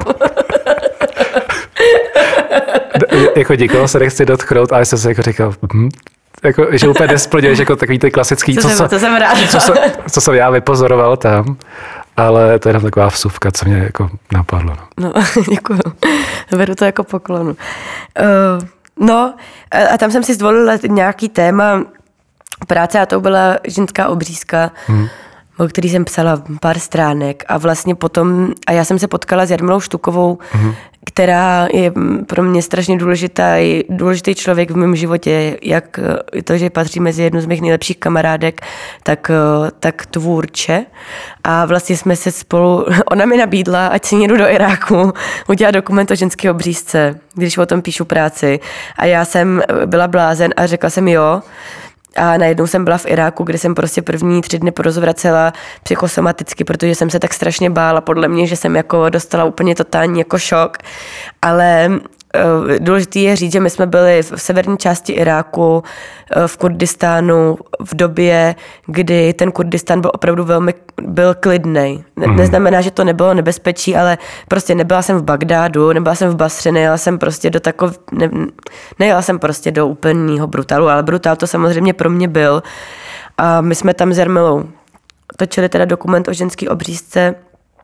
jako nikoho se nechci dotknout, ale jsem si jako říkal, hm, jako, že úplně nesplňuješ jako takový ty klasický, co, co, jsem, co, jsem rád. co, co, co jsem já vypozoroval tam, ale to je jenom taková vsuvka, co mě jako napadlo. No, no děkuju. Beru to jako poklonu. Uh, no a tam jsem si zvolila nějaký téma práce a to byla ženská obřízka, hmm. o který jsem psala pár stránek a vlastně potom, a já jsem se potkala s Jarmilou Štukovou, mm-hmm. která je pro mě strašně důležitá, důležitý člověk v mém životě, jak to, že patří mezi jednu z mých nejlepších kamarádek, tak, tak tvůrče. A vlastně jsme se spolu, ona mi nabídla, ať si jedu do Iráku, udělat dokument o ženské obřízce, když o tom píšu práci. A já jsem byla blázen a řekla jsem jo. A najednou jsem byla v Iráku, kde jsem prostě první tři dny porozvracela psychosomaticky, protože jsem se tak strašně bála podle mě, že jsem jako dostala úplně totální jako šok. Ale uh, důležitý je říct, že my jsme byli v severní části Iráku, uh, v Kurdistánu, v době, kdy ten Kurdistán byl opravdu velmi byl klidnej. Ne, mm. Neznamená, že to nebylo nebezpečí, ale prostě nebyla jsem v Bagdádu, nebyla jsem v Basře, nejela jsem prostě do takov, ne, nejela jsem prostě do úplného brutalu, ale brutál to samozřejmě pro mě byl. A my jsme tam s Jarmilou točili teda dokument o ženské obřízce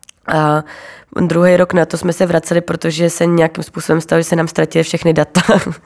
a druhý rok na to jsme se vraceli, protože se nějakým způsobem stalo, že se nám ztratily všechny data.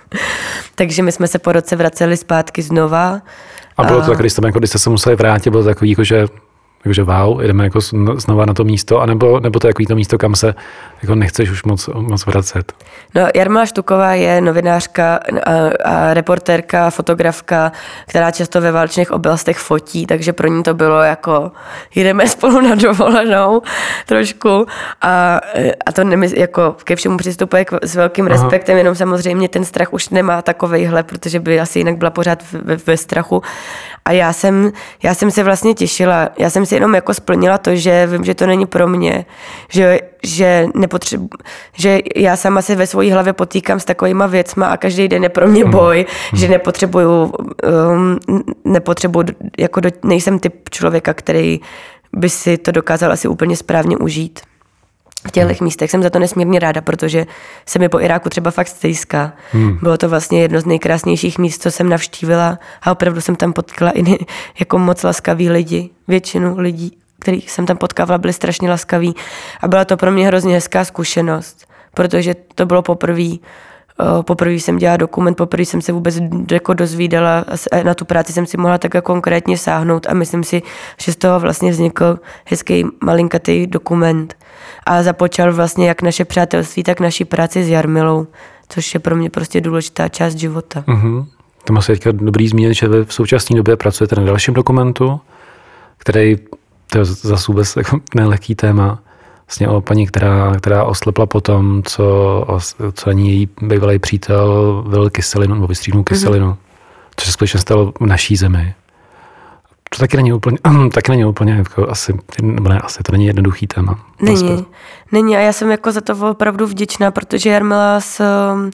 Takže my jsme se po roce vraceli zpátky znova. A bylo to tak, když, jako, když jste se museli vrátit, bylo to takový, jako, že Takže wow, jdeme jako znova na to místo, anebo, nebo to je takový to místo, kam se jako nechceš už moc, moc vracet? No, Jarmila Štuková je novinářka a, a reportérka, fotografka, která často ve válečných oblastech fotí, takže pro ní to bylo jako jdeme spolu na dovolenou trošku a, a to nemysl, jako ke všemu přistupuje s velkým Aha. respektem, jenom samozřejmě ten strach už nemá takovejhle, protože by asi jinak byla pořád ve, ve strachu. A já jsem, já jsem se vlastně těšila, já jsem si jenom jako splnila to, že vím, že to není pro mě, že, že, nepotřebu, že já sama se ve své hlavě potýkám s takovýma věcma a každý den je pro mě boj, mm. že nepotřebuju, um, nepotřebuju, jako do, nejsem typ člověka, který by si to dokázal asi úplně správně užít. V těchto místech jsem za to nesmírně ráda, protože se mi po Iráku třeba fakt stejská. Hmm. Bylo to vlastně jedno z nejkrásnějších míst, co jsem navštívila a opravdu jsem tam potkala i jako moc laskaví lidi. Většinu lidí, kterých jsem tam potkávala, byli strašně laskaví a byla to pro mě hrozně hezká zkušenost, protože to bylo poprvé. Poprvé jsem dělala dokument, poprvé jsem se vůbec jako dozvídala a na tu práci jsem si mohla tak konkrétně sáhnout a myslím si, že z toho vlastně vznikl hezký malinkatý dokument a započal vlastně jak naše přátelství, tak naši práci s Jarmilou, což je pro mě prostě důležitá část života. Mm-hmm. To má se teďka dobrý zmínit, že v současné době pracujete na dalším dokumentu, který, to je zase vůbec jako nelehký téma, vlastně o paní, která, která oslepla potom, co, co ani její bývalý přítel vylil kyselinu, nebo vystřídnul kyselinu, mm-hmm. což se skutečně stalo v naší zemi. To taky není úplně, taky není úplně jako asi, nebo ne, asi to není jednoduchý téma. Není, není a já jsem jako za to opravdu vděčná, protože Jarmila, s,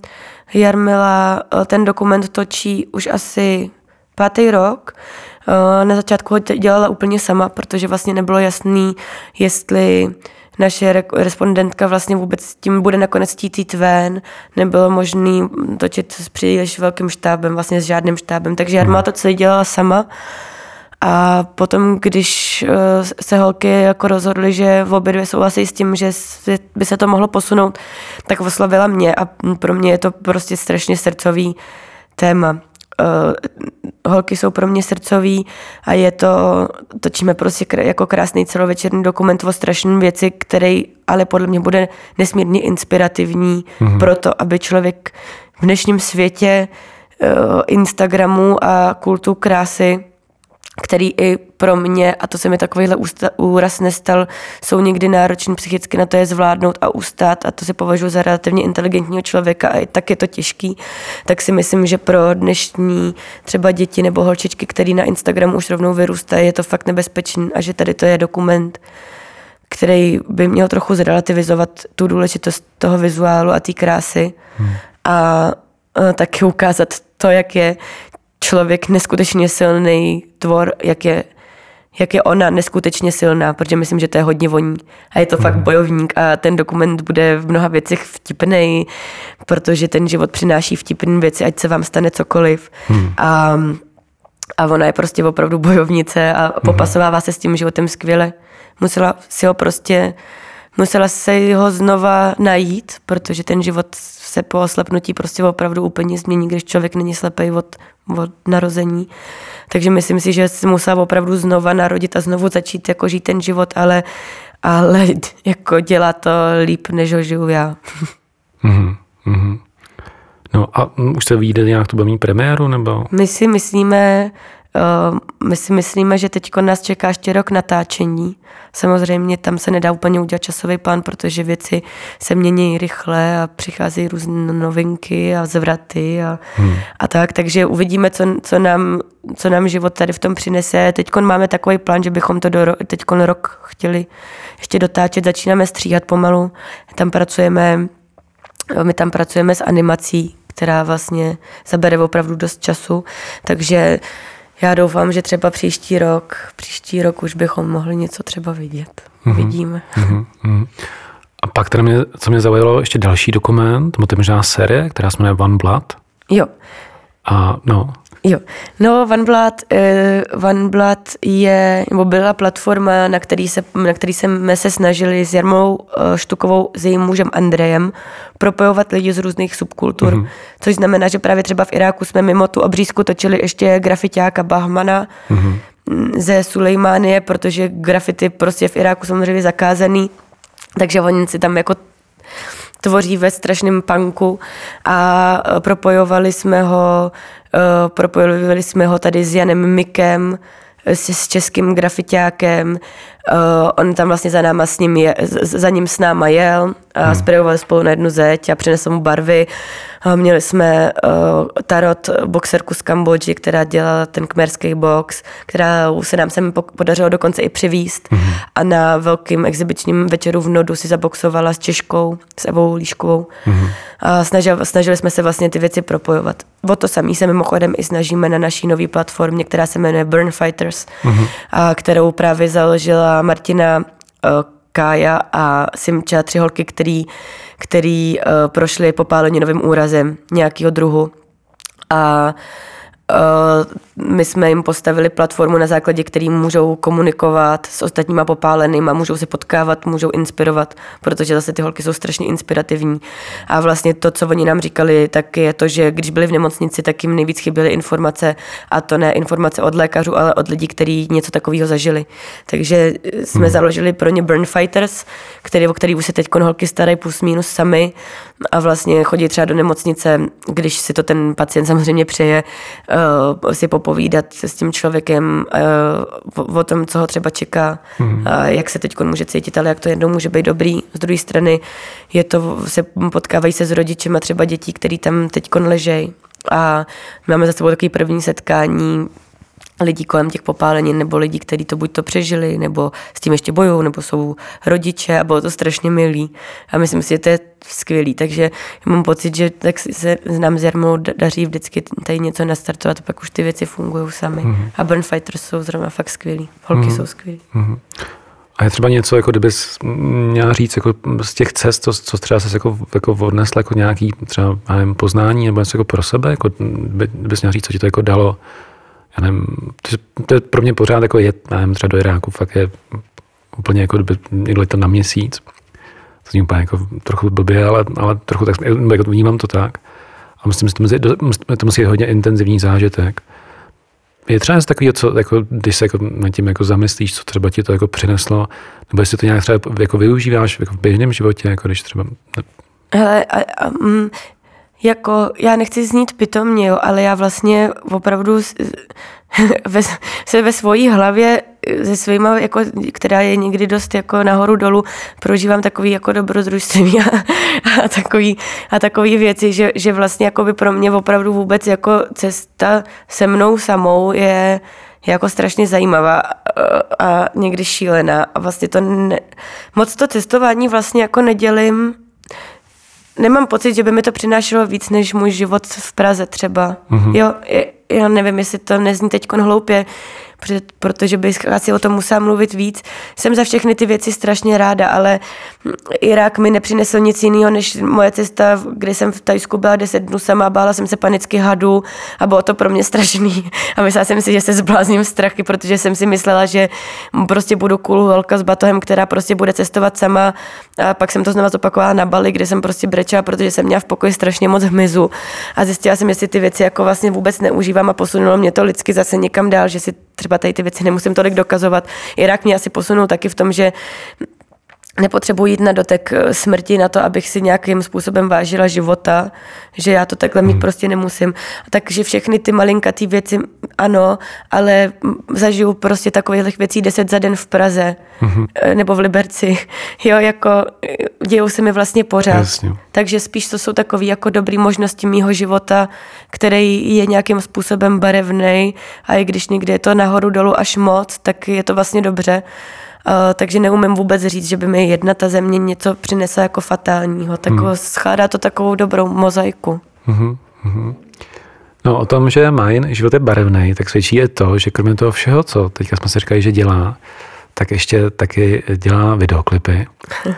Jarmila ten dokument točí už asi pátý rok. Na začátku ho dělala úplně sama, protože vlastně nebylo jasný, jestli naše respondentka vlastně vůbec s tím bude nakonec chtít jít ven, nebylo možný točit s příliš velkým štábem, vlastně s žádným štábem, takže Jarmila to celé dělala sama. A potom, když se holky jako rozhodly, že v obě dvě souhlasí s tím, že by se to mohlo posunout, tak oslovila mě a pro mě je to prostě strašně srdcový téma. Holky jsou pro mě srdcový a je to, točíme prostě jako krásný celovečerní dokument o strašné věci, který ale podle mě bude nesmírně inspirativní mm-hmm. pro to, aby člověk v dnešním světě Instagramu a kultu krásy který i pro mě, a to se mi takovýhle úraz nestal, jsou někdy náročný psychicky na to je zvládnout a ustát, a to si považuji za relativně inteligentního člověka a i tak je to těžký, tak si myslím, že pro dnešní třeba děti nebo holčičky, který na Instagramu už rovnou vyrůstají, je to fakt nebezpečný a že tady to je dokument, který by měl trochu zrelativizovat tu důležitost toho vizuálu a té krásy hmm. a, a taky ukázat to, jak je člověk neskutečně silný tvor, jak je, jak je ona neskutečně silná, protože myslím, že to je hodně voní a je to hmm. fakt bojovník a ten dokument bude v mnoha věcech vtipnej, protože ten život přináší vtipné věci, ať se vám stane cokoliv hmm. a, a ona je prostě opravdu bojovnice a popasovává se s tím životem skvěle. Musela si ho prostě, musela se ho znova najít, protože ten život se po oslepnutí prostě opravdu úplně změní, když člověk není slepej od, od narození. Takže myslím si, že se musela opravdu znova narodit a znovu začít jako žít ten život, ale, ale jako dělá to líp, než ho žiju já. Mm-hmm, mm-hmm. No a už se vyjde nějak, to bude mít premiéru, nebo? My si myslíme, Uh, my si myslíme, že teď nás čeká ještě rok natáčení. Samozřejmě tam se nedá úplně udělat časový plán, protože věci se mění rychle a přicházejí různé novinky a zvraty a, hmm. a tak. Takže uvidíme, co, co, nám, co nám život tady v tom přinese. Teď máme takový plán, že bychom to do ro- teď rok chtěli ještě dotáčet. Začínáme stříhat pomalu. Tam pracujeme, my tam pracujeme s animací, která vlastně zabere opravdu dost času. Takže já doufám, že třeba příští rok, příští rok už bychom mohli něco třeba vidět. Mm-hmm. Vidíme. Mm-hmm. A pak teda mě, co mě zaujalo, ještě další dokument, to je možná série, která se jmenuje One Blood. Jo. A no. Jo. No, One Blood, uh, One Blood je, nebo byla platforma, na který, se, na který jsme se snažili s Jarmou uh, Štukovou, s jejím mužem Andrejem, propojovat lidi z různých subkultur. Mm-hmm. Což znamená, že právě třeba v Iráku jsme mimo tu obřízku točili ještě grafiťáka Bahmana mm-hmm. ze Sulejmánie, protože grafity prostě v Iráku jsou samozřejmě zakázaný, takže oni si tam jako tvoří ve strašném punku a propojovali jsme ho, uh, propojovali jsme ho tady s Janem Mikem, s, s českým grafiťákem. Uh, on tam vlastně za náma s ním je, za ním s náma jel a hmm. sprejovali spolu na jednu zeď a přinesl mu barvy. A měli jsme uh, Tarot, boxerku z Kambodži, která dělala ten kmerský box, která se nám sem podařilo dokonce i přivízt. Hmm. A na velkým exibičním večeru v Nodu si zaboxovala s Češkou, s Evou Líškovou. Hmm. A snažili, snažili jsme se vlastně ty věci propojovat. O to samý se mimochodem i snažíme na naší nové platformě, která se jmenuje Burn Fighters, hmm. a kterou právě založila Martina, uh, Kája a Simča, tři holky, který, který uh, prošly popáleninovým úrazem nějakého druhu. A uh, my jsme jim postavili platformu, na základě který můžou komunikovat s ostatníma popálenýma, můžou se potkávat, můžou inspirovat, protože zase ty holky jsou strašně inspirativní. A vlastně to, co oni nám říkali, tak je to, že když byli v nemocnici, tak jim nejvíc chyběly informace, a to ne informace od lékařů, ale od lidí, kteří něco takového zažili. Takže jsme hmm. založili pro ně Burn Fighters, který, o který už se teď holky starají plus minus sami a vlastně chodí třeba do nemocnice, když si to ten pacient samozřejmě přeje, uh, si popovídat s tím člověkem uh, o, o tom, co ho třeba čeká, hmm. a jak se teď může cítit, ale jak to jednou může být dobrý. Z druhé strany je to, se potkávají se s rodičema třeba dětí, který tam teď ležejí, a máme za sebou takový první setkání lidí kolem těch popálenin, nebo lidí, kteří to buď to přežili, nebo s tím ještě bojují, nebo jsou rodiče, a bylo to strašně milý. A myslím si, že to je skvělý, takže mám pocit, že tak se nám s Jarmou daří vždycky tady něco nastartovat, a pak už ty věci fungují sami. Mm-hmm. A Burn Fighters jsou zrovna fakt skvělý. Holky mm-hmm. jsou skvělý. Mm-hmm. A je třeba něco, jako kdybys měla říct jako z těch cest, co, co třeba se jako, jako odnesla jako nějaký třeba nevím, poznání nebo něco jako pro sebe, jako kdybys měla říct, co ti to jako dalo. Já nevím, to je pro mě pořád jako jet, nevím, třeba do Iráku, fakt je úplně jako kdyby někdo to na měsíc. To zní úplně jako trochu blbě, ale, ale trochu tak, jako vnímám to tak. A myslím, že to musí, to musí být hodně intenzivní zážitek. Je třeba něco takového, co, jako, když se jako, nad tím jako zamyslíš, co třeba ti to jako přineslo, nebo jestli to nějak třeba jako využíváš jako v běžném životě, jako když třeba... Hele, a, a, mm, Jako, já nechci znít pitomně, jo, ale já vlastně opravdu ve, se ve svojí hlavě se svýma, jako, která je někdy dost jako nahoru dolů, prožívám takový jako dobrodružství a, a, takový, a takový věci, že, že vlastně jako by pro mě opravdu vůbec jako cesta se mnou samou je, je jako strašně zajímavá a, a někdy šílená. A vlastně to ne, moc to cestování vlastně jako nedělím. Nemám pocit, že by mi to přinášelo víc než můj život v Praze třeba. Mm-hmm. Jo, já nevím, jestli to nezní teďkon hloupě, protože bych asi o tom musela mluvit víc. Jsem za všechny ty věci strašně ráda, ale Irák mi nepřinesl nic jiného, než moje cesta, kdy jsem v Thajsku byla deset dnů sama, bála jsem se panicky hadů a bylo to pro mě strašný. A myslela jsem si, že se zblázním strachy, protože jsem si myslela, že prostě budu cool holka s batohem, která prostě bude cestovat sama. A pak jsem to znovu zopakovala na Bali, kde jsem prostě brečela, protože jsem měla v pokoji strašně moc hmyzu. A zjistila jsem, jestli ty věci jako vlastně vůbec neužívám a posunulo mě to lidsky zase někam dál, že si třeba tady ty věci nemusím tolik dokazovat. Irák mě asi posunul taky v tom, že nepotřebuji jít na dotek smrti na to, abych si nějakým způsobem vážila života, že já to takhle mít hmm. prostě nemusím. Takže všechny ty malinkatý věci ano, ale zažiju prostě takových věcí deset za den v Praze hmm. nebo v Liberci. Jo, jako dějou se mi vlastně pořád. Jasně. Takže spíš to jsou takové jako dobré možnosti mýho života, který je nějakým způsobem barevnej a i když někdy je to nahoru dolů až moc, tak je to vlastně dobře. Uh, takže neumím vůbec říct, že by mi jedna ta země něco přinesla jako fatálního. Tak hmm. schládá to takovou dobrou mozaiku. Hmm, hmm. No o tom, že Main život je barevnej, tak svědčí je to, že kromě toho všeho, co teďka jsme si říkali, že dělá, tak ještě taky dělá videoklipy.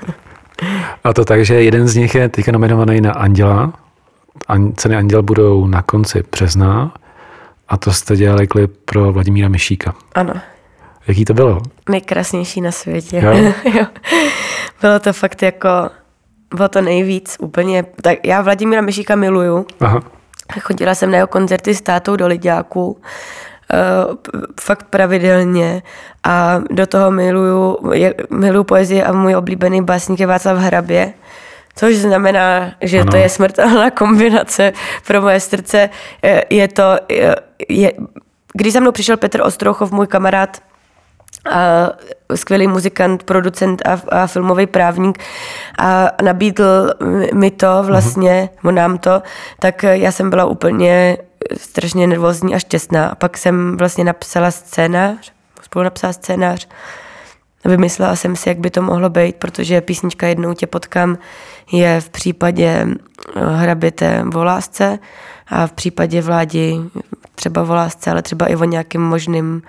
A to tak, že jeden z nich je teďka nominovaný na Anděla. Ceny Anděl budou na konci března a to jste dělali klip pro Vladimíra Mišíka. Ano. Jaký to bylo? Nejkrásnější na světě. Jo? Jo. Bylo to fakt jako, bylo to nejvíc úplně. Tak já Vladimíra Mišíka miluju. Aha. Chodila jsem na jeho koncerty s tátou do Liďáků. Uh, fakt pravidelně a do toho miluju, je, miluju poezii a můj oblíbený básník je Václav Hrabě. Což znamená, že ano. To je smrtelná kombinace pro moje srdce. Je to, je, je, když za mnou přišel Petr Ostrouchov, můj kamarád, a skvělý muzikant, producent a, a filmový právník a nabídl mi to vlastně, uh-huh. nám to, tak já jsem byla úplně strašně nervózní a šťastná. A pak jsem vlastně napsala scénář, spolu napsala scénář a vymyslela jsem si, jak by to mohlo být, protože písnička Jednou tě potkám je v případě Hraběte o lásce a v případě Vládi třeba o lásce, ale třeba i o nějakým možným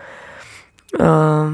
Uh,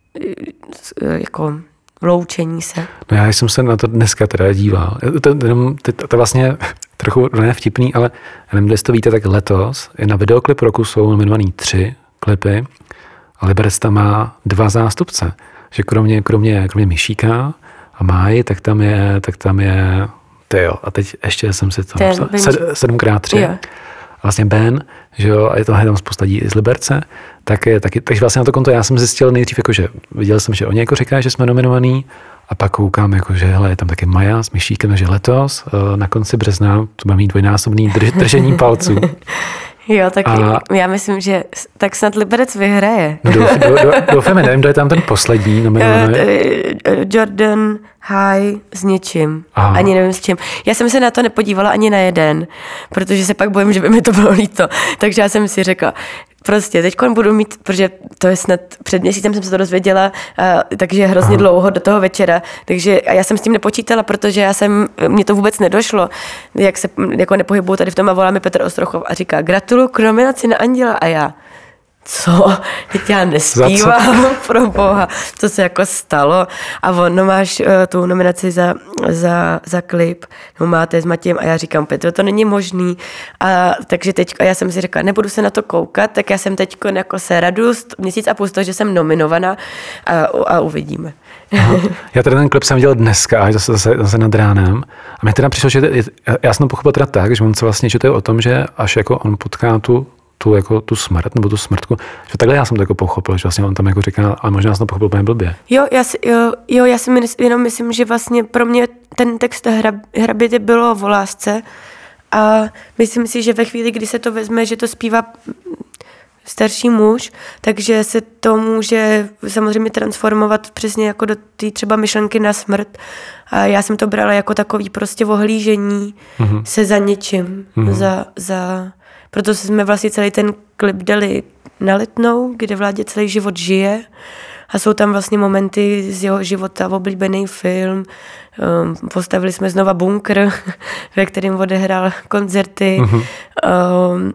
jako loučení se. No já jsem se na to dneska teda díval. To, to, to, to vlastně trochu ne vtipný, ale já nevím, jestli to víte, tak letos je na videoklip roku jsou nominovaný tři klipy a Liberec tam má dva zástupce. Že kromě, kromě, kromě Mišíka a Máji, tak tam je, tak tam je tyjo, a teď ještě jsem si to napsal, sedm krát tři. Vlastně Ben, že jo, a je to tam spousta lidí z Liberce, tak je taky, takže vlastně na to konto já jsem zjistil nejdřív, jako, že viděl jsem, že oni jako říkají, že jsme nominovaný a pak koukám, jako, že hele, je tam taky Maja s Mišíkem, že letos na konci března to bude mít dvojnásobný drž, držení palců. Jo, tak a já myslím, že tak snad Liberec vyhraje. No, douf, do, do, doufáme, nevím, kdo je tam ten poslední nominovaný. Jordan High s něčím. Aha. Ani nevím s čím. Já jsem se na to nepodívala ani na jeden, protože se pak bojím, že by mi to bylo líto. Takže já jsem si řekla, prostě teďkon budu mít, protože to je snad před měsícem jsem se to dozvěděla, a, takže hrozně Aha. dlouho do toho večera. Takže a já jsem s tím nepočítala, protože já jsem, mně to vůbec nedošlo, jak se jako nepohybuju tady v tom a volá mi Petr Ostrochov a říká gratuluju k nominaci na Anděla a já. Co? Teď já nespívám, pro boha, co se jako stalo. A ono máš uh, tu nominaci za, za, za klip, no máte s Matějem a já říkám, Petro, to není možný. A takže teď, a já jsem si řekla, nebudu se na to koukat, tak já jsem teď jako se raduju měsíc a půl z toho, že jsem nominovaná a, a uvidíme. Aha. Já teda ten klip jsem viděl dneska, až zase, zase, zase nad ránem. A mě teda přišlo, že je, já jsem to pochopil teda tak, že on se vlastně četuje o tom, že až jako on potká tu tu, jako, tu smrt, nebo tu smrtku. Že takhle já jsem to jako pochopil, že vlastně on tam jako říká, ale možná jsem to pochopil úplně blbě. Jo, já si, jo, jo, já si jenom myslím, že vlastně pro mě ten text Hraběte bylo o lásce a myslím si, že ve chvíli, kdy se to vezme, že to zpívá starší muž, takže se to může samozřejmě transformovat přesně jako do té třeba myšlenky na smrt. A já jsem to brala jako takový prostě ohlížení mm-hmm. se za něčím. Mm-hmm. Za, za... Proto jsme vlastně celý ten klip dali na Letnou, kde Vládě celý život žije. A jsou tam vlastně momenty z jeho života, oblíbený film. Um, postavili jsme znova bunkr, ve kterém odehrál koncerty. Mm-hmm. Um,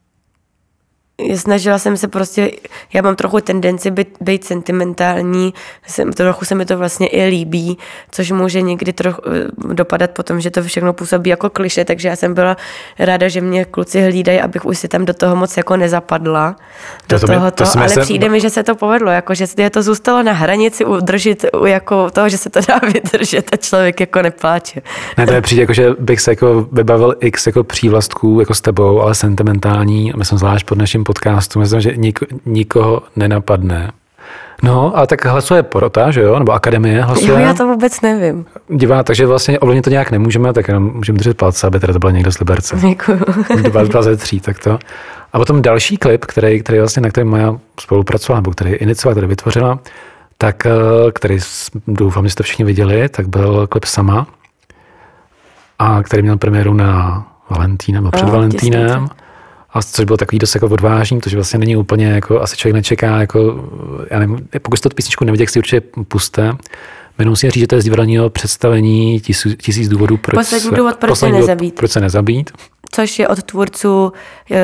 Snažila jsem se prostě, já mám trochu tendenci být, být sentimentální, jsem, trochu se mi to vlastně i líbí, což může někdy trochu dopadat potom, že to všechno působí jako kliše, takže já jsem byla ráda, že mě kluci hlídají, abych už si tam do toho moc jako nezapadla. Do to, to toho, to, ale jsem... přijde mi, že se to povedlo, jako, že je to zůstalo na hranici udržet jako toho, že se to dá vydržet a člověk jako nepláče. Ne, to je přijde, jako, že bych se jako vybavil x jako přívlastků jako s tebou, ale sentimentální, a myslím zvlášť pod naším podcastu, myslím, že niko, nikoho nenapadne. No, a tak hlasuje porota, že jo? Nebo akademie hlasuje. Jo, já to vůbec nevím. Divá, takže vlastně ovlivnit to nějak nemůžeme, tak jenom můžeme držet palce, aby teda to byl někdo z Liberce. Děkuju. dva ze tří, tak to. A potom další klip, který, který vlastně, na kterém Maja spolupracovala, nebo který iniciovala, který vytvořila, tak, který doufám, že jste všichni viděli, tak byl klip Sama, a který měl premiéru na Valentína, nebo před oh, Valentínem. A což bylo takový dost jako odvážný, protože vlastně není úplně, jako asi člověk nečeká, jako, já nevím, pokud jste tu písničku neviděli, si určitě puste. Jmenuji si říct, že to je z divadelního představení tisíc, tisíc důvodů, proč poslední se, důvod, proč poslední se nezabít. Proč se nezabít. Což je od tvůrců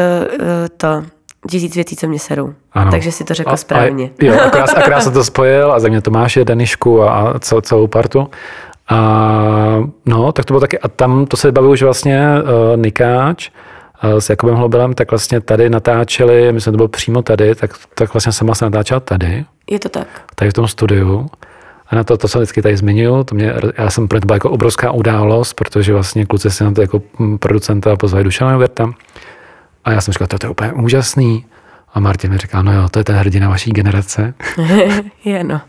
to tisíc věcí, co mě serou. Ano. Takže si to řekl a, správně. A, jo, akorát, akorát jsem to spojil a za mě Tomáše, Danišku a, a cel, celou partu. A no, tak to bylo taky, a tam to se baví už vlastně uh, Nikáč s Jakubem Hlobelem, tak vlastně tady natáčeli, myslím, to bylo přímo tady, tak, tak vlastně Sama se natáčela tady. Je to tak. Tady v tom studiu. A na to, to se vždycky tady zmiňuju. To mě, já jsem pro to byla jako obrovská událost, protože vlastně kluci si na to jako producenta pozvali Dušana Joverta. A já jsem říkal, to je úplně úžasný. A Martin mi říká, no jo, to je ten hrdina vaší generace. Je, no.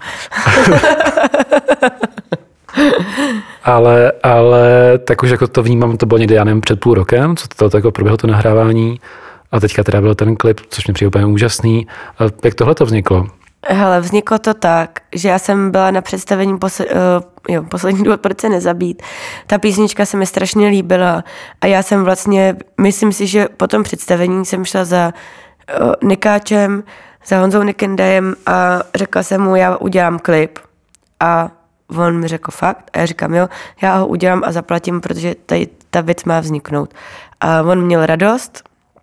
ale, ale tak už jako to vnímám, to bylo někdy, já nevím, před půl rokem, co to, to jako proběhlo to nahrávání. A teďka teda byl ten klip, což mě přijde úplně úžasný. A jak tohle to vzniklo? Hele, vzniklo to tak, že já jsem byla na představení posl- uh, jo, poslední důvod, proč se nezabít. Ta písnička se mi strašně líbila a já jsem vlastně, myslím si, že po tom představení jsem šla za uh, Nikáčem, za Honzou Nikendajem a řekla jsem mu, já udělám klip. A on mi řekl fakt a já říkám, jo, já ho udělám a zaplatím, protože tady ta věc má vzniknout. A on měl radost,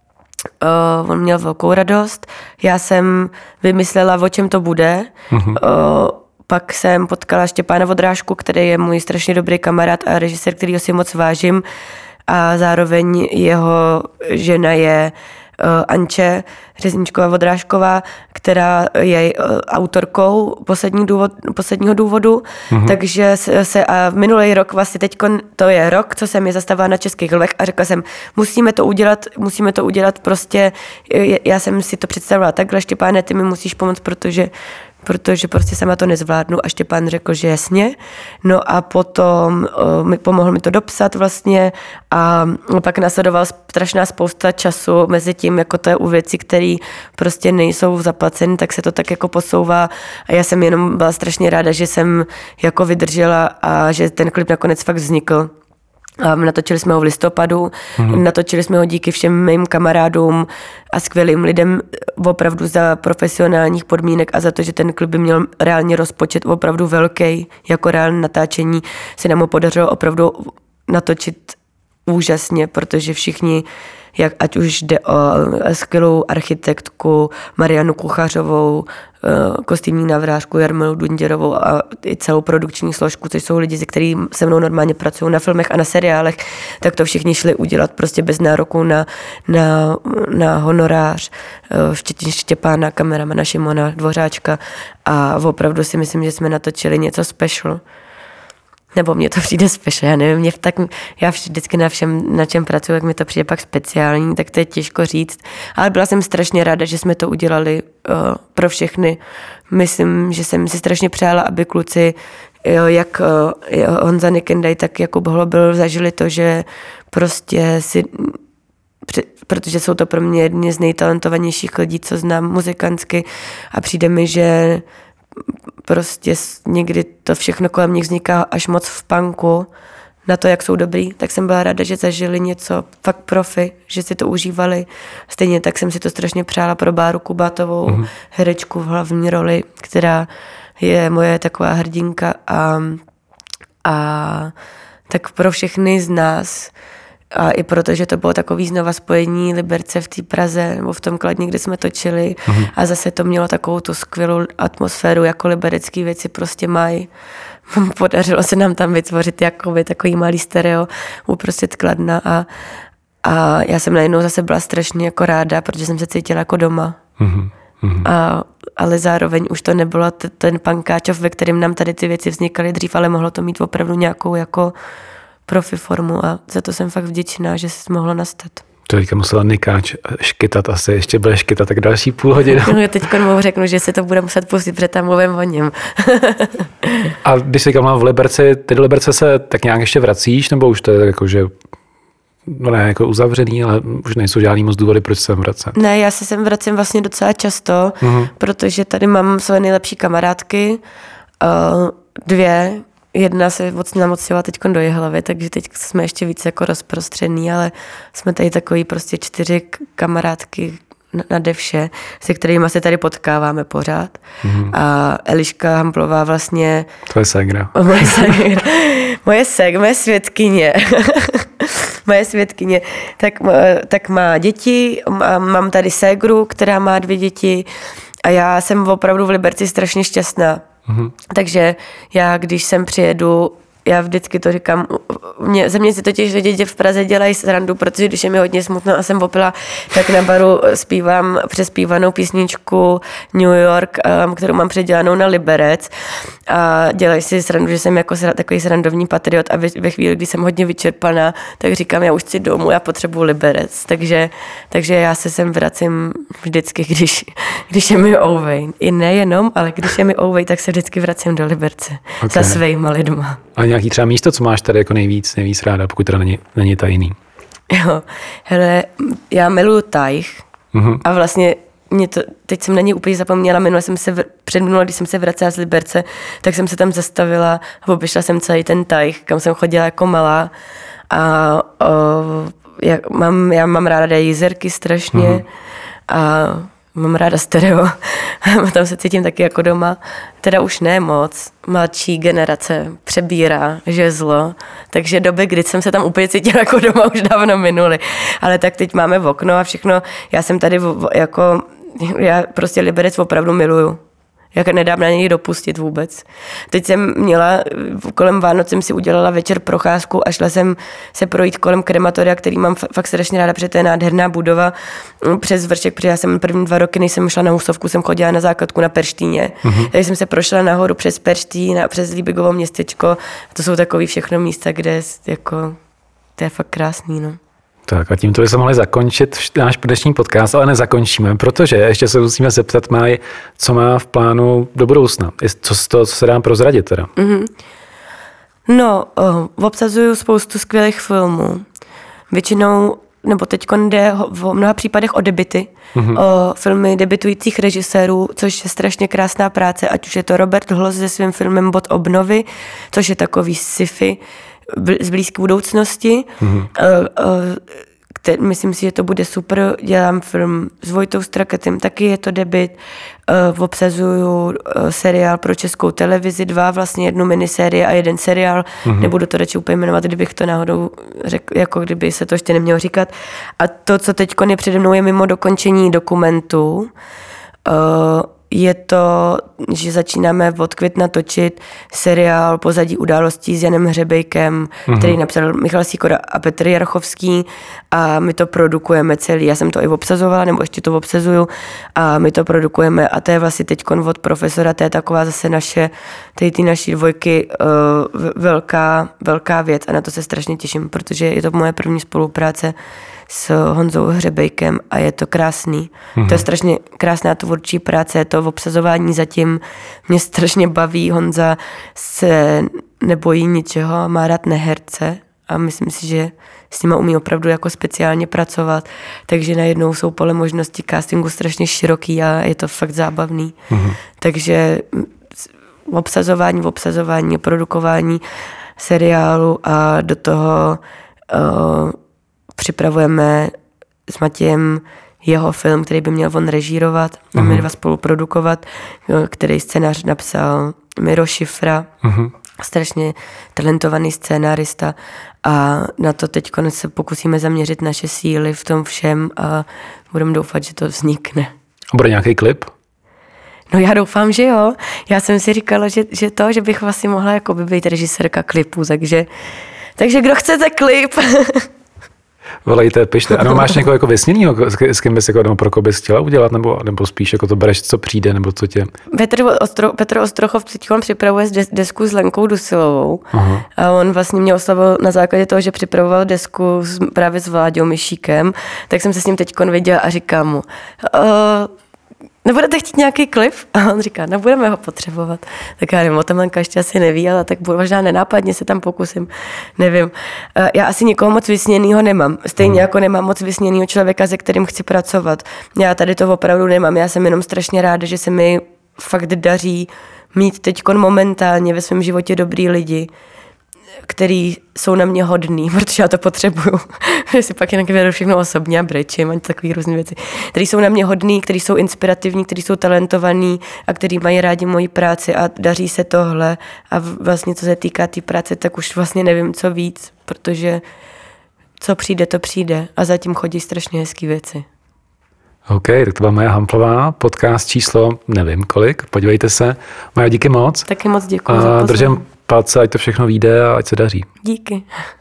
Uh, on měl velkou radost. Já jsem vymyslela, o čem to bude. Uh-huh. Uh, pak jsem potkala Štěpána Vodrážku, který je můj strašně dobrý kamarád a režisér, kterýho si moc vážím. A zároveň jeho žena je uh, Anče Řezničková Vodrážková, která je uh, autorkou poslední důvod, posledního důvodu. Mm-hmm. Takže se, se a minulý rok, vlastně teď to je rok, co jsem je zastavila na Českých lvech a řekla jsem, musíme to udělat, musíme to udělat prostě, já jsem si to představila takhle, Štěpáne, ty mi musíš pomoct, protože protože prostě sama to nezvládnu a Štěpán řekl, že jasně. No a potom uh, mi pomohl mi to dopsat vlastně a pak následovala strašná spousta času mezi tím, jako to je u věcí, které prostě nejsou zaplaceny, tak se to tak jako posouvá a já jsem jenom byla strašně ráda, že jsem jako vydržela a že ten klip nakonec fakt vznikl. A natočili jsme ho v listopadu, mm-hmm. natočili jsme ho díky všem mým kamarádům a skvělým lidem opravdu za profesionálních podmínek a za to, že ten klip by měl reálně rozpočet opravdu velký, jako reálné natáčení se nám ho podařilo opravdu natočit úžasně, protože všichni, jak ať už jde o skvělou architektku Marianu Kuchařovou, kostýmní navrhářku Jarmilu Dunděrovou a i celou produkční složku, což jsou lidi, se kterými se mnou normálně pracují na filmech a na seriálech, tak to všichni šli udělat prostě bez nároku na, na, na honorář, včetně Štěpána, kameramana Šimona Dvořáčka a opravdu si myslím, že jsme natočili něco special. Nebo mně to přijde special, já nevím, mě tak, já vždycky na všem, na čem pracuji, jak mi to přijde pak speciální, tak to je těžko říct. Ale byla jsem strašně ráda, že jsme to udělali uh, pro všechny. Myslím, že jsem si strašně přála, aby kluci jo, jak jo, Honza Nikendaj, tak Jakub Hlobil zažili to, že prostě si, protože jsou to pro mě jedni z nejtalentovanějších lidí, co znám muzikantsky a přijde mi, že prostě někdy to všechno kolem nich vzniká až moc v punku, na to, jak jsou dobrý, tak jsem byla ráda, že zažili něco fakt profi, že si to užívali. Stejně tak jsem si to strašně přála pro Báru Kubátovou, mm-hmm. herečku v hlavní roli, která je moje taková hrdinka a, a tak pro všechny z nás a i proto, že to bylo takový znova spojení Liberce v té Praze nebo v tom Kladně, kde jsme točili mm-hmm. a zase to mělo takovou tu skvělou atmosféru, jako liberecký věci prostě mají. Podařilo se nám tam vytvořit jakoby takový malý stereo uprostřed Kladna a, a já jsem najednou zase byla strašně jako ráda, protože jsem se cítila jako doma. Mm-hmm. A, ale zároveň už to nebylo t- ten pankáčov, ve kterém nám tady ty věci vznikaly dřív, ale mohlo to mít opravdu nějakou jako profi formu a za to jsem fakt vděčná, že se mohlo nastat. To teďka musela Nikáč škytat, asi ještě bude škytat tak další půl hodiny. No, teďka mu řeknu, že se to bude muset pustit, protože tam mluvím o něm. A když jsi říkala v Liberci, ty do Liberce se tak nějak ještě vracíš, nebo už to je tak jako, že no ne, jako uzavřený, ale už nejsou žádný moc důvody, proč se vracet? Ne, já se sem vracím vlastně docela často, mm-hmm. protože tady mám své nejlepší kamarádky, uh, dvě, jedna se namocila teď do Jihlavy, takže teď jsme ještě víc jako rozprostřený, ale jsme tady takový prostě čtyři kamarádky nade vše, se kterými se tady potkáváme pořád. Mm-hmm. A Eliška Hamplová vlastně... Tvoje ségra. Moje ségra. Moje ségra, moje svědkyně. moje svědkyně. Tak, tak má děti, mám tady ségru, která má dvě děti a já jsem opravdu v Liberci strašně šťastná. Mm-hmm. Takže já, když sem přijedu, já vždycky to říkám, mě, ze mě si totiž lidi v Praze dělají srandu, protože když je mi hodně smutno a jsem opila, tak na baru zpívám přespívanou písničku New York, um, kterou mám předělanou na Liberec a dělají si srandu, že jsem jako takový srandovní patriot a ve, ve chvíli, kdy jsem hodně vyčerpaná, tak říkám, já už chci domů, já potřebuji Liberec. Takže, takže já se sem vracím vždycky, když, když je mi ouvej. I nejenom, ale když je mi ouvej, tak se vždycky vracím do Liberce okay. za svejma lidma. A nějaký třeba místo, co máš tady jako nejvíc, nejvíc ráda, pokud teda není, není tajný? Jo, hele, já miluju Tajch uh-huh. a vlastně mě to, teď jsem na něj úplně zapomněla, minule jsem se, předminule, když jsem se vracela z Liberce, tak jsem se tam zastavila a obešla jsem celý ten Tajch, kam jsem chodila jako malá a o, já, mám, já mám ráda jízerky strašně uh-huh. a mám ráda stereo, tam se cítím taky jako doma. Teda už ne moc, mladší generace přebírá žezlo, takže doby, kdy jsem se tam úplně cítila jako doma, už dávno minuly. Ale tak teď máme v okno a všechno, já jsem tady jako, já prostě Liberec opravdu miluju. Jak nedám na něj dopustit vůbec. Teď jsem měla, kolem Vánoc jsem si udělala večer procházku a šla jsem se projít kolem krematoria, který mám fakt strašně ráda, protože to je nádherná budova přes vršek, protože já jsem první dva roky, než jsem šla na Husovku, jsem chodila na základku na Perštíně. Mm-hmm. Takže jsem se prošla nahoru přes Perštín a přes Líbigovo městečko. A to jsou takový všechno místa, kde jako, to je fakt krásný, no. Tak a tímto bychom mohli zakončit náš dnešní podcast, ale nezakončíme, protože ještě se musíme zeptat Máji, co má v plánu do budoucna. Co, to, co se dá prozradit teda? Mm-hmm. No, oh, obsazuju spoustu skvělých filmů. Většinou, nebo teď jde v mnoha případech o debuty, mm-hmm. o filmy debutujících režisérů, což je strašně krásná práce, ať už je to Robert Hlos se svým filmem Bod obnovy, což je takový sci-fi z blízké budoucnosti. Mm-hmm. Uh, uh, který, myslím si, že to bude super. Dělám film s Vojtou Strakatem, taky je to debut. Uh, obsazuju uh, seriál pro Českou televizi, dva, vlastně jednu minisérie a jeden seriál. Mm-hmm. Nebudu to radši úplně jmenovat, kdybych to náhodou řekl, jako kdyby se to ještě nemělo říkat. A to, co teď je přede mnou, je mimo dokončení dokumentu. Uh, Je to, že začínáme od května točit seriál Pozadí událostí s Janem Hřebejkem, mm-hmm. který napsal Michal Sikora a Petr Jarchovský a my to produkujeme celý. Já jsem to i obsazovala, nebo ještě to obsazuju a my to produkujeme a to je vlastně teď od profesora, to je taková zase naše, tady ty naší dvojky uh, velká, velká věc a na to se strašně těším, protože je to moje první spolupráce s Honzou Hřebejkem a je to krásný. Mm-hmm. To je strašně krásná tvůrčí práce, to v obsazování zatím mě strašně baví. Honza se nebojí ničeho, má rád neherce a myslím si, že s nima umí opravdu jako speciálně pracovat, takže najednou jsou pole možností castingu strašně široký a je to fakt zábavný. Mm-hmm. Takže v obsazování, v obsazování, produkování seriálu a do toho uh, připravujeme s Matějem jeho film, který by měl on režírovat a my dva spoluprodukovat, který scénář napsal Miro Šifra, uh-huh. strašně talentovaný scénárista a na to teď se pokusíme zaměřit naše síly v tom všem a budeme doufat, že to vznikne. A bude nějaký klip? No já doufám, že jo. Já jsem si říkala, že, že to, že bych vlastně mohla jako by být režisérka klipů, takže, takže kdo chcete klip? Volejte, pište. Ano, máš někoho jako vysněnýho, s kým bys jako, nebo pro koho bys chtěla udělat, nebo, nebo spíš jako to bereš, co přijde, nebo co tě... Petr, Ostro, Petr Ostrochov teď připravuje desku s Lenkou Dusilovou. Aha. A on vlastně mě oslavil na základě toho, že připravoval desku s, právě s Vláďou Myšíkem, tak jsem se s ním teď viděla a říkám mu... Uh, nebudete chtít nějaký klip? A on říká, nebudeme ho potřebovat. Tak já nevím, o tom Lenka ještě asi neví, ale tak možná nenápadně se tam pokusím. Nevím. Já asi nikoho moc vysněnýho nemám. Stejně jako nemám moc vysněnýho člověka, se kterým chci pracovat. Já tady to opravdu nemám. Já jsem jenom strašně ráda, že se mi fakt daří mít teďkon momentálně ve svém životě dobrý lidi, který jsou na mě hodný, protože já to potřebuju. Že si pak jinak vědu všechno osobně a brečím a takový různé věci. Který jsou na mě hodný, který jsou inspirativní, který jsou talentovaní a který mají rádi moji práci a daří se tohle. A vlastně co se týká té tý práce, tak už vlastně nevím, co víc, protože co přijde, to přijde. A zatím chodí strašně hezký věci. OK, tak to byla Maja Hamplová, podcast číslo nevím kolik, podívejte se. Maja, díky moc. Taky moc děkuji za pozornost. Držím palce, ať to všechno vyjde a ať se daří. Díky.